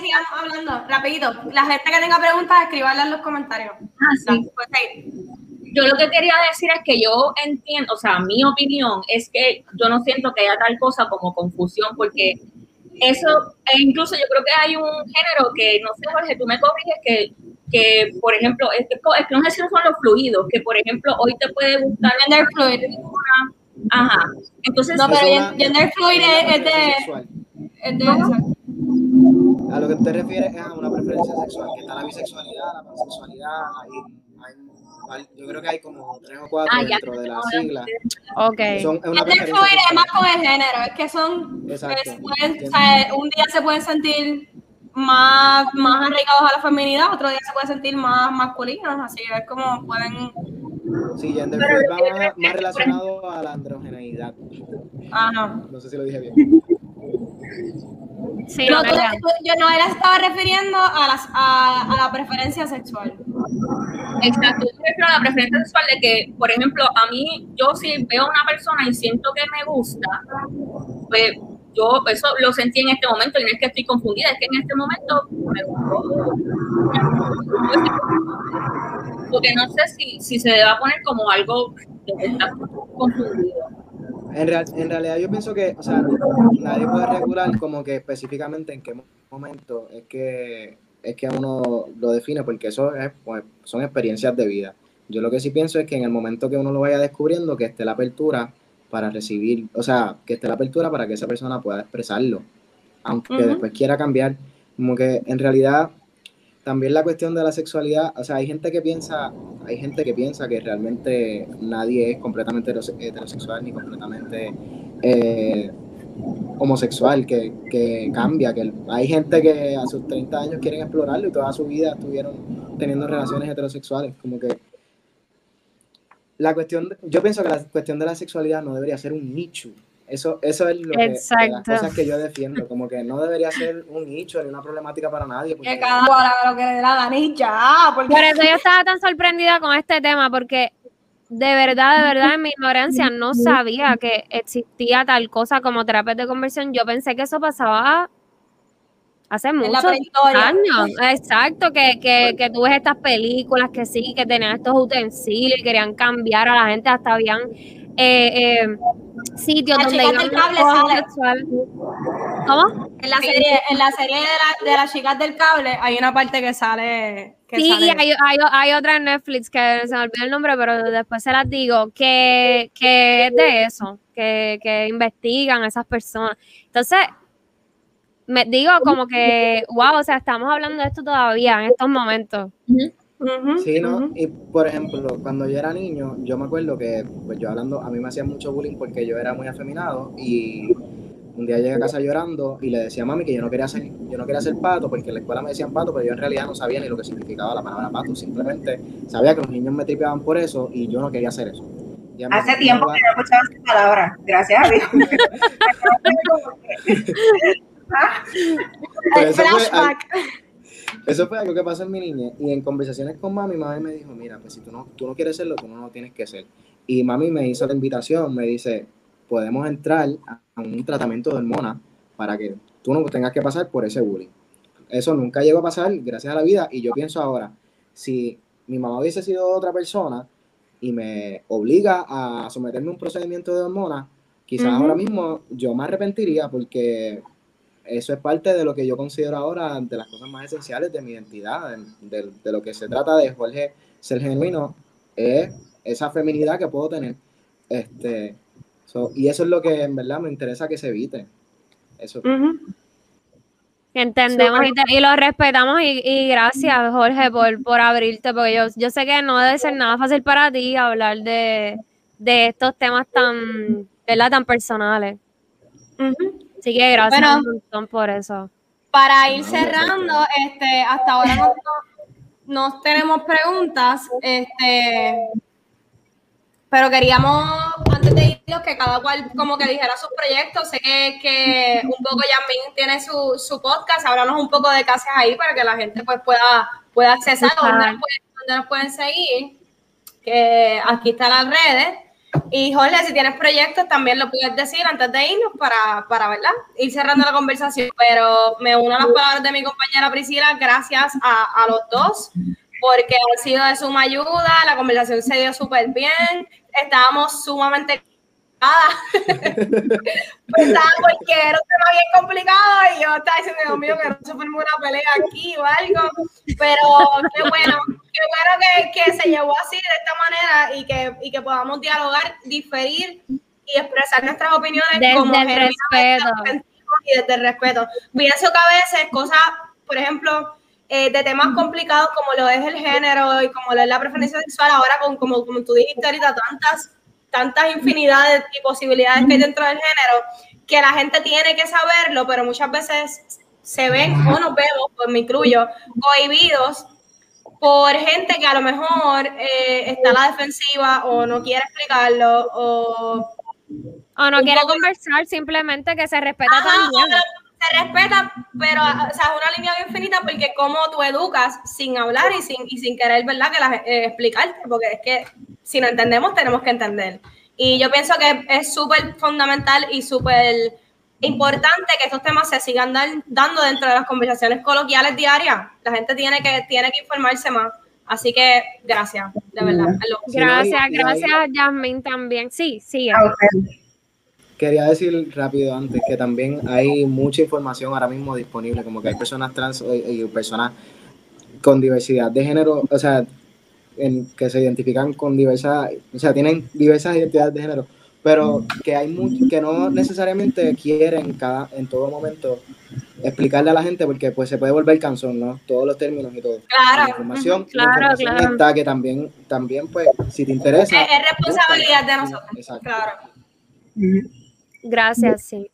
hablando, rapidito, la gente que tenga preguntas, escríbanlas en los comentarios. Sí. Yo lo que quería decir es que yo entiendo, o sea, mi opinión es que yo no siento que haya tal cosa como confusión, porque eso, e incluso yo creo que hay un género que, no sé, Jorge, tú me corriges, que por ejemplo, es que no sé si son los fluidos, que por ejemplo, hoy te puede gustar Gender fluid. Ajá. Entonces, No, pero gender fluid es de a lo que te refieres es a una preferencia sexual, que está la bisexualidad, la pansexualidad, yo creo que hay como 3 o 4 dentro de la sigla. Okay. Gender fluid es más con el género, es que son, o sea, un día se pueden sentir más arraigados a la feminidad, otro día se pueden sentir más masculinos, así es como pueden... Sí, gender fluid va más relacionado a la androgeneidad. Ajá. No sé si lo dije bien. Sí, yo no era estaba refiriendo a la preferencia sexual. exacto, yo me refiero a la preferencia sexual de que, por ejemplo, a mí, yo si veo a una persona y siento que me gusta, pues yo eso lo sentí en este momento y no es que estoy confundida, es que en este momento me gustó. Porque no sé si se va a poner como algo de que está confundido. En realidad yo pienso que, o sea, nadie puede regular como que específicamente en qué momento es que uno lo define, porque eso es, pues, son experiencias de vida. Yo lo que sí pienso es que en el momento que uno lo vaya descubriendo, que esté la apertura para recibir, o sea, que esté la apertura para que esa persona pueda expresarlo, aunque después quiera cambiar. Como que en realidad también la cuestión de la sexualidad, o sea, hay gente que piensa que realmente nadie es completamente heterosexual ni completamente homosexual, que cambia, que hay gente que a sus 30 años quieren explorarlo y toda su vida estuvieron teniendo relaciones heterosexuales, como que yo pienso que la cuestión de la sexualidad no debería ser un nicho. Eso es lo que, de las cosas que yo defiendo, como que no debería ser un nicho ni una problemática para nadie. Que cada cual haga lo que le dé la ganilla. Por eso yo estaba tan sorprendida con este tema, porque de verdad, en mi ignorancia no sabía que existía tal cosa como terapia de conversión. Yo pensé que eso pasaba hace muchos años. Exacto, que tú ves estas películas que sí, que tenían estos utensilios y querían cambiar a la gente, hasta habían sitios donde iban del cable sale. ¿Cómo? En la serie de las chicas del cable hay una parte que sale. Sí, y hay otra en Netflix que se me olvidó el nombre, pero después se las digo, que es de eso, que investigan a esas personas. Entonces, me digo como que, wow, o sea, estamos hablando de esto todavía en estos momentos. Sí, ¿no? Y por ejemplo, cuando yo era niño, yo me acuerdo que, pues yo hablando, a mí me hacían mucho bullying porque yo era muy afeminado y un día llegué a casa llorando y le decía a mami que yo no quería ser pato, porque en la escuela me decían pato, pero yo en realidad no sabía ni lo que significaba la palabra pato, simplemente sabía que los niños me tripeaban por eso y yo no quería hacer eso. Hace tiempo que no escuchaba esa palabra, gracias a Dios. Eso fue algo que pasó en mi niñez, y en conversaciones con mami me dijo, mira, pues si tú no quieres serlo, tú no lo tienes que ser. Y mami me hizo la invitación, me dice, podemos entrar a un tratamiento de hormonas para que tú no tengas que pasar por ese bullying. Eso nunca llegó a pasar, gracias a la vida, y yo pienso ahora, si mi mamá hubiese sido otra persona y me obliga a someterme a un procedimiento de hormonas, quizás ahora mismo yo me arrepentiría, porque eso es parte de lo que yo considero ahora de las cosas más esenciales de mi identidad, de lo que se trata de Jorge ser genuino, es esa feminidad que puedo tener. Y eso es lo que en verdad me interesa que se evite. Eso. Entendemos y lo respetamos y gracias, Jorge, por abrirte, porque yo sé que no debe ser nada fácil para ti hablar de estos temas tan personales. Así que gracias un montón por eso. Para ir cerrando, hasta ahora no tenemos preguntas, pero queríamos, antes de irnos, que cada cual como que dijera sus proyectos. Sé que un poco Yasmín tiene su podcast, háblanos un poco de qué haces ahí para que la gente pues pueda accesar, donde nos pueden seguir, que aquí están las redes. Y Jorge, si tienes proyectos también lo puedes decir antes de irnos para ¿verdad? Ir cerrando la conversación, pero me uno a las palabras de mi compañera Priscila, gracias a los dos porque ha sido de suma ayuda, la conversación se dio súper bien, estábamos sumamente pensaba porque era un tema bien complicado y yo estaba diciendo, Dios mío, que no se forme una pelea aquí o algo, pero qué bueno que se llevó así de esta manera y que podamos dialogar, diferir y expresar nuestras opiniones desde como el respeto y desde el respeto. Pienso que a veces cosas, por ejemplo, de temas complicados como lo es el género y como lo es la preferencia sexual, ahora como tú dijiste ahorita, tantas infinidades y posibilidades que hay dentro del género, que la gente tiene que saberlo, pero muchas veces se ven o nos vemos, pues me incluyo, cohibidos por gente que a lo mejor está a la defensiva o no quiere explicarlo o no quiere conversar, simplemente que se respeta también. Se respeta, pero o sea, es una línea bien finita porque cómo tú educas sin hablar y sin querer, ¿verdad? Explicarte, porque es que si no entendemos tenemos que entender. Y yo pienso que es súper fundamental y súper importante que estos temas se sigan dando dentro de las conversaciones coloquiales diarias. La gente tiene que informarse más. Así que gracias, de verdad. Gracias, Yasmín, también. Sí. Quería decir rápido antes que también hay mucha información ahora mismo disponible, como que hay personas trans y personas con diversidad de género, o sea, que se identifican con tienen diversas identidades de género, pero que hay que no necesariamente quieren en todo momento explicarle a la gente porque pues se puede volver cansón, ¿no? Todos los términos y todo. Claro. La información está que también pues si te interesa. Es responsabilidad de nosotros. Exacto. Claro. Gracias, sí.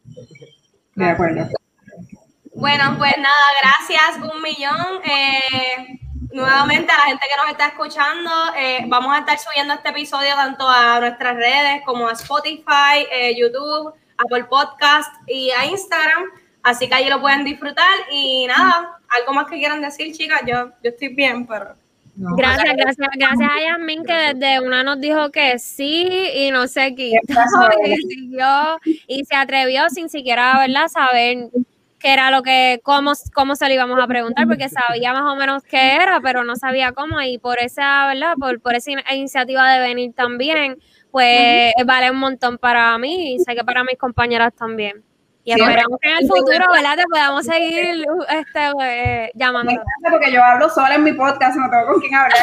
De acuerdo. Bueno, pues nada, gracias 1.000.000. Nuevamente a la gente que nos está escuchando, vamos a estar subiendo este episodio tanto a nuestras redes como a Spotify, YouTube, Apple Podcast y a Instagram, así que allí lo pueden disfrutar y nada, algo más que quieran decir, chicas, yo estoy bien, pero... No, gracias a Yasmín que desde una nos dijo que sí y no se quitó y siguió y se atrevió sin siquiera, ¿verdad?, saber qué era cómo se lo íbamos a preguntar, porque sabía más o menos qué era, pero no sabía cómo, y por esa, ¿verdad?, por esa iniciativa de venir también, pues vale un montón para mí y sé que para mis compañeras también. Y esperamos que en el futuro, ¿verdad?, te podamos seguir llamando. Me encanta porque yo hablo sola en mi podcast, no tengo con quién hablar.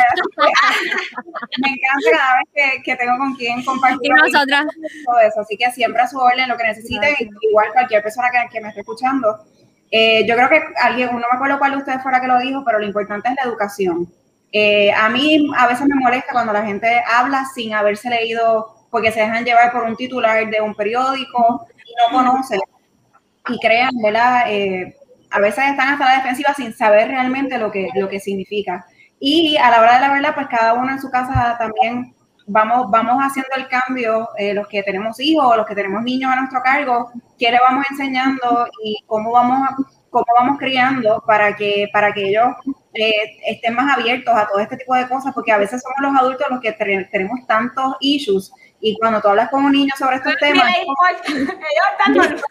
Me encanta cada vez que tengo con quien compartir. Y nosotras. Todo eso, así que siempre a su orden, lo que necesiten, igual cualquier persona que me esté escuchando. Yo creo que no me acuerdo cuál de ustedes fuera que lo dijo, pero lo importante es la educación. A mí a veces me molesta cuando la gente habla sin haberse leído, porque se dejan llevar por un titular de un periódico y no conocen. Y crean, ¿verdad? A veces están hasta la defensiva sin saber realmente lo que significa. Y a la hora de la verdad, pues cada uno en su casa también vamos haciendo el cambio, los que tenemos hijos, los que tenemos niños a nuestro cargo, qué le vamos enseñando y cómo vamos criando para que ellos estén más abiertos a todo este tipo de cosas, porque a veces somos los adultos los que tenemos tantos issues. Y cuando tú hablas con un niño sobre estos temas, ellos están normales.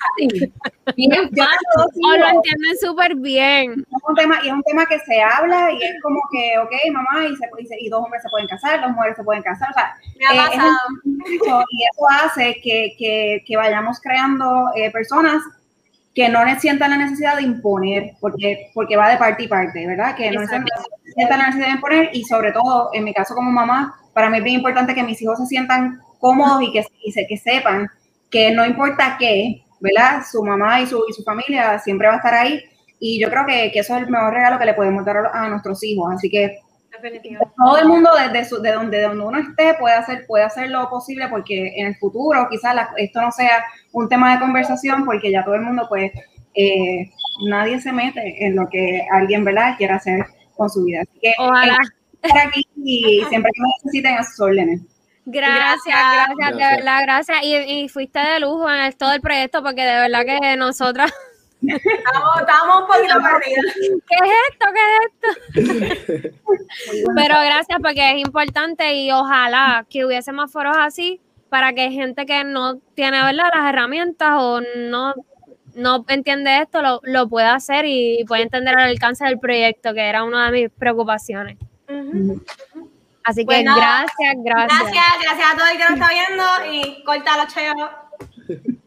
Lo entienden súper bien. Es un tema que se habla y es como que, ok, mamá, y dos hombres se pueden casar, dos mujeres se pueden casar. O sea, me ha pasado. Y eso hace que vayamos creando personas que no sientan la necesidad de imponer, porque va de parte y parte, ¿verdad? Que no sientan la necesidad de imponer, y sobre todo, en mi caso como mamá, para mí es bien importante que mis hijos se sientan cómodos y que sepan que no importa qué, ¿verdad? Su mamá y su familia siempre va a estar ahí, y yo creo que eso es el mejor regalo que le podemos dar a nuestros hijos, así que todo el mundo de donde uno esté puede hacer lo posible, porque en el futuro quizás esto no sea un tema de conversación, porque ya todo el mundo pues nadie se mete en lo que alguien, ¿verdad?, quiera hacer con su vida, así que ojalá estar aquí y siempre que me necesiten a sus órdenes. Gracias, de verdad, gracias. Y fuiste de lujo en todo el proyecto, porque de verdad que nosotras estamos un poquito perdidas. ¿Qué es esto? Pero gracias, porque es importante, y ojalá que hubiese más foros así para que gente que no tiene, ¿verdad?, las herramientas o no entiende esto lo pueda hacer y pueda entender el alcance del proyecto, que era una de mis preocupaciones. Así que Pues nada, gracias. Gracias a todo el que nos está viendo y corta los cheos.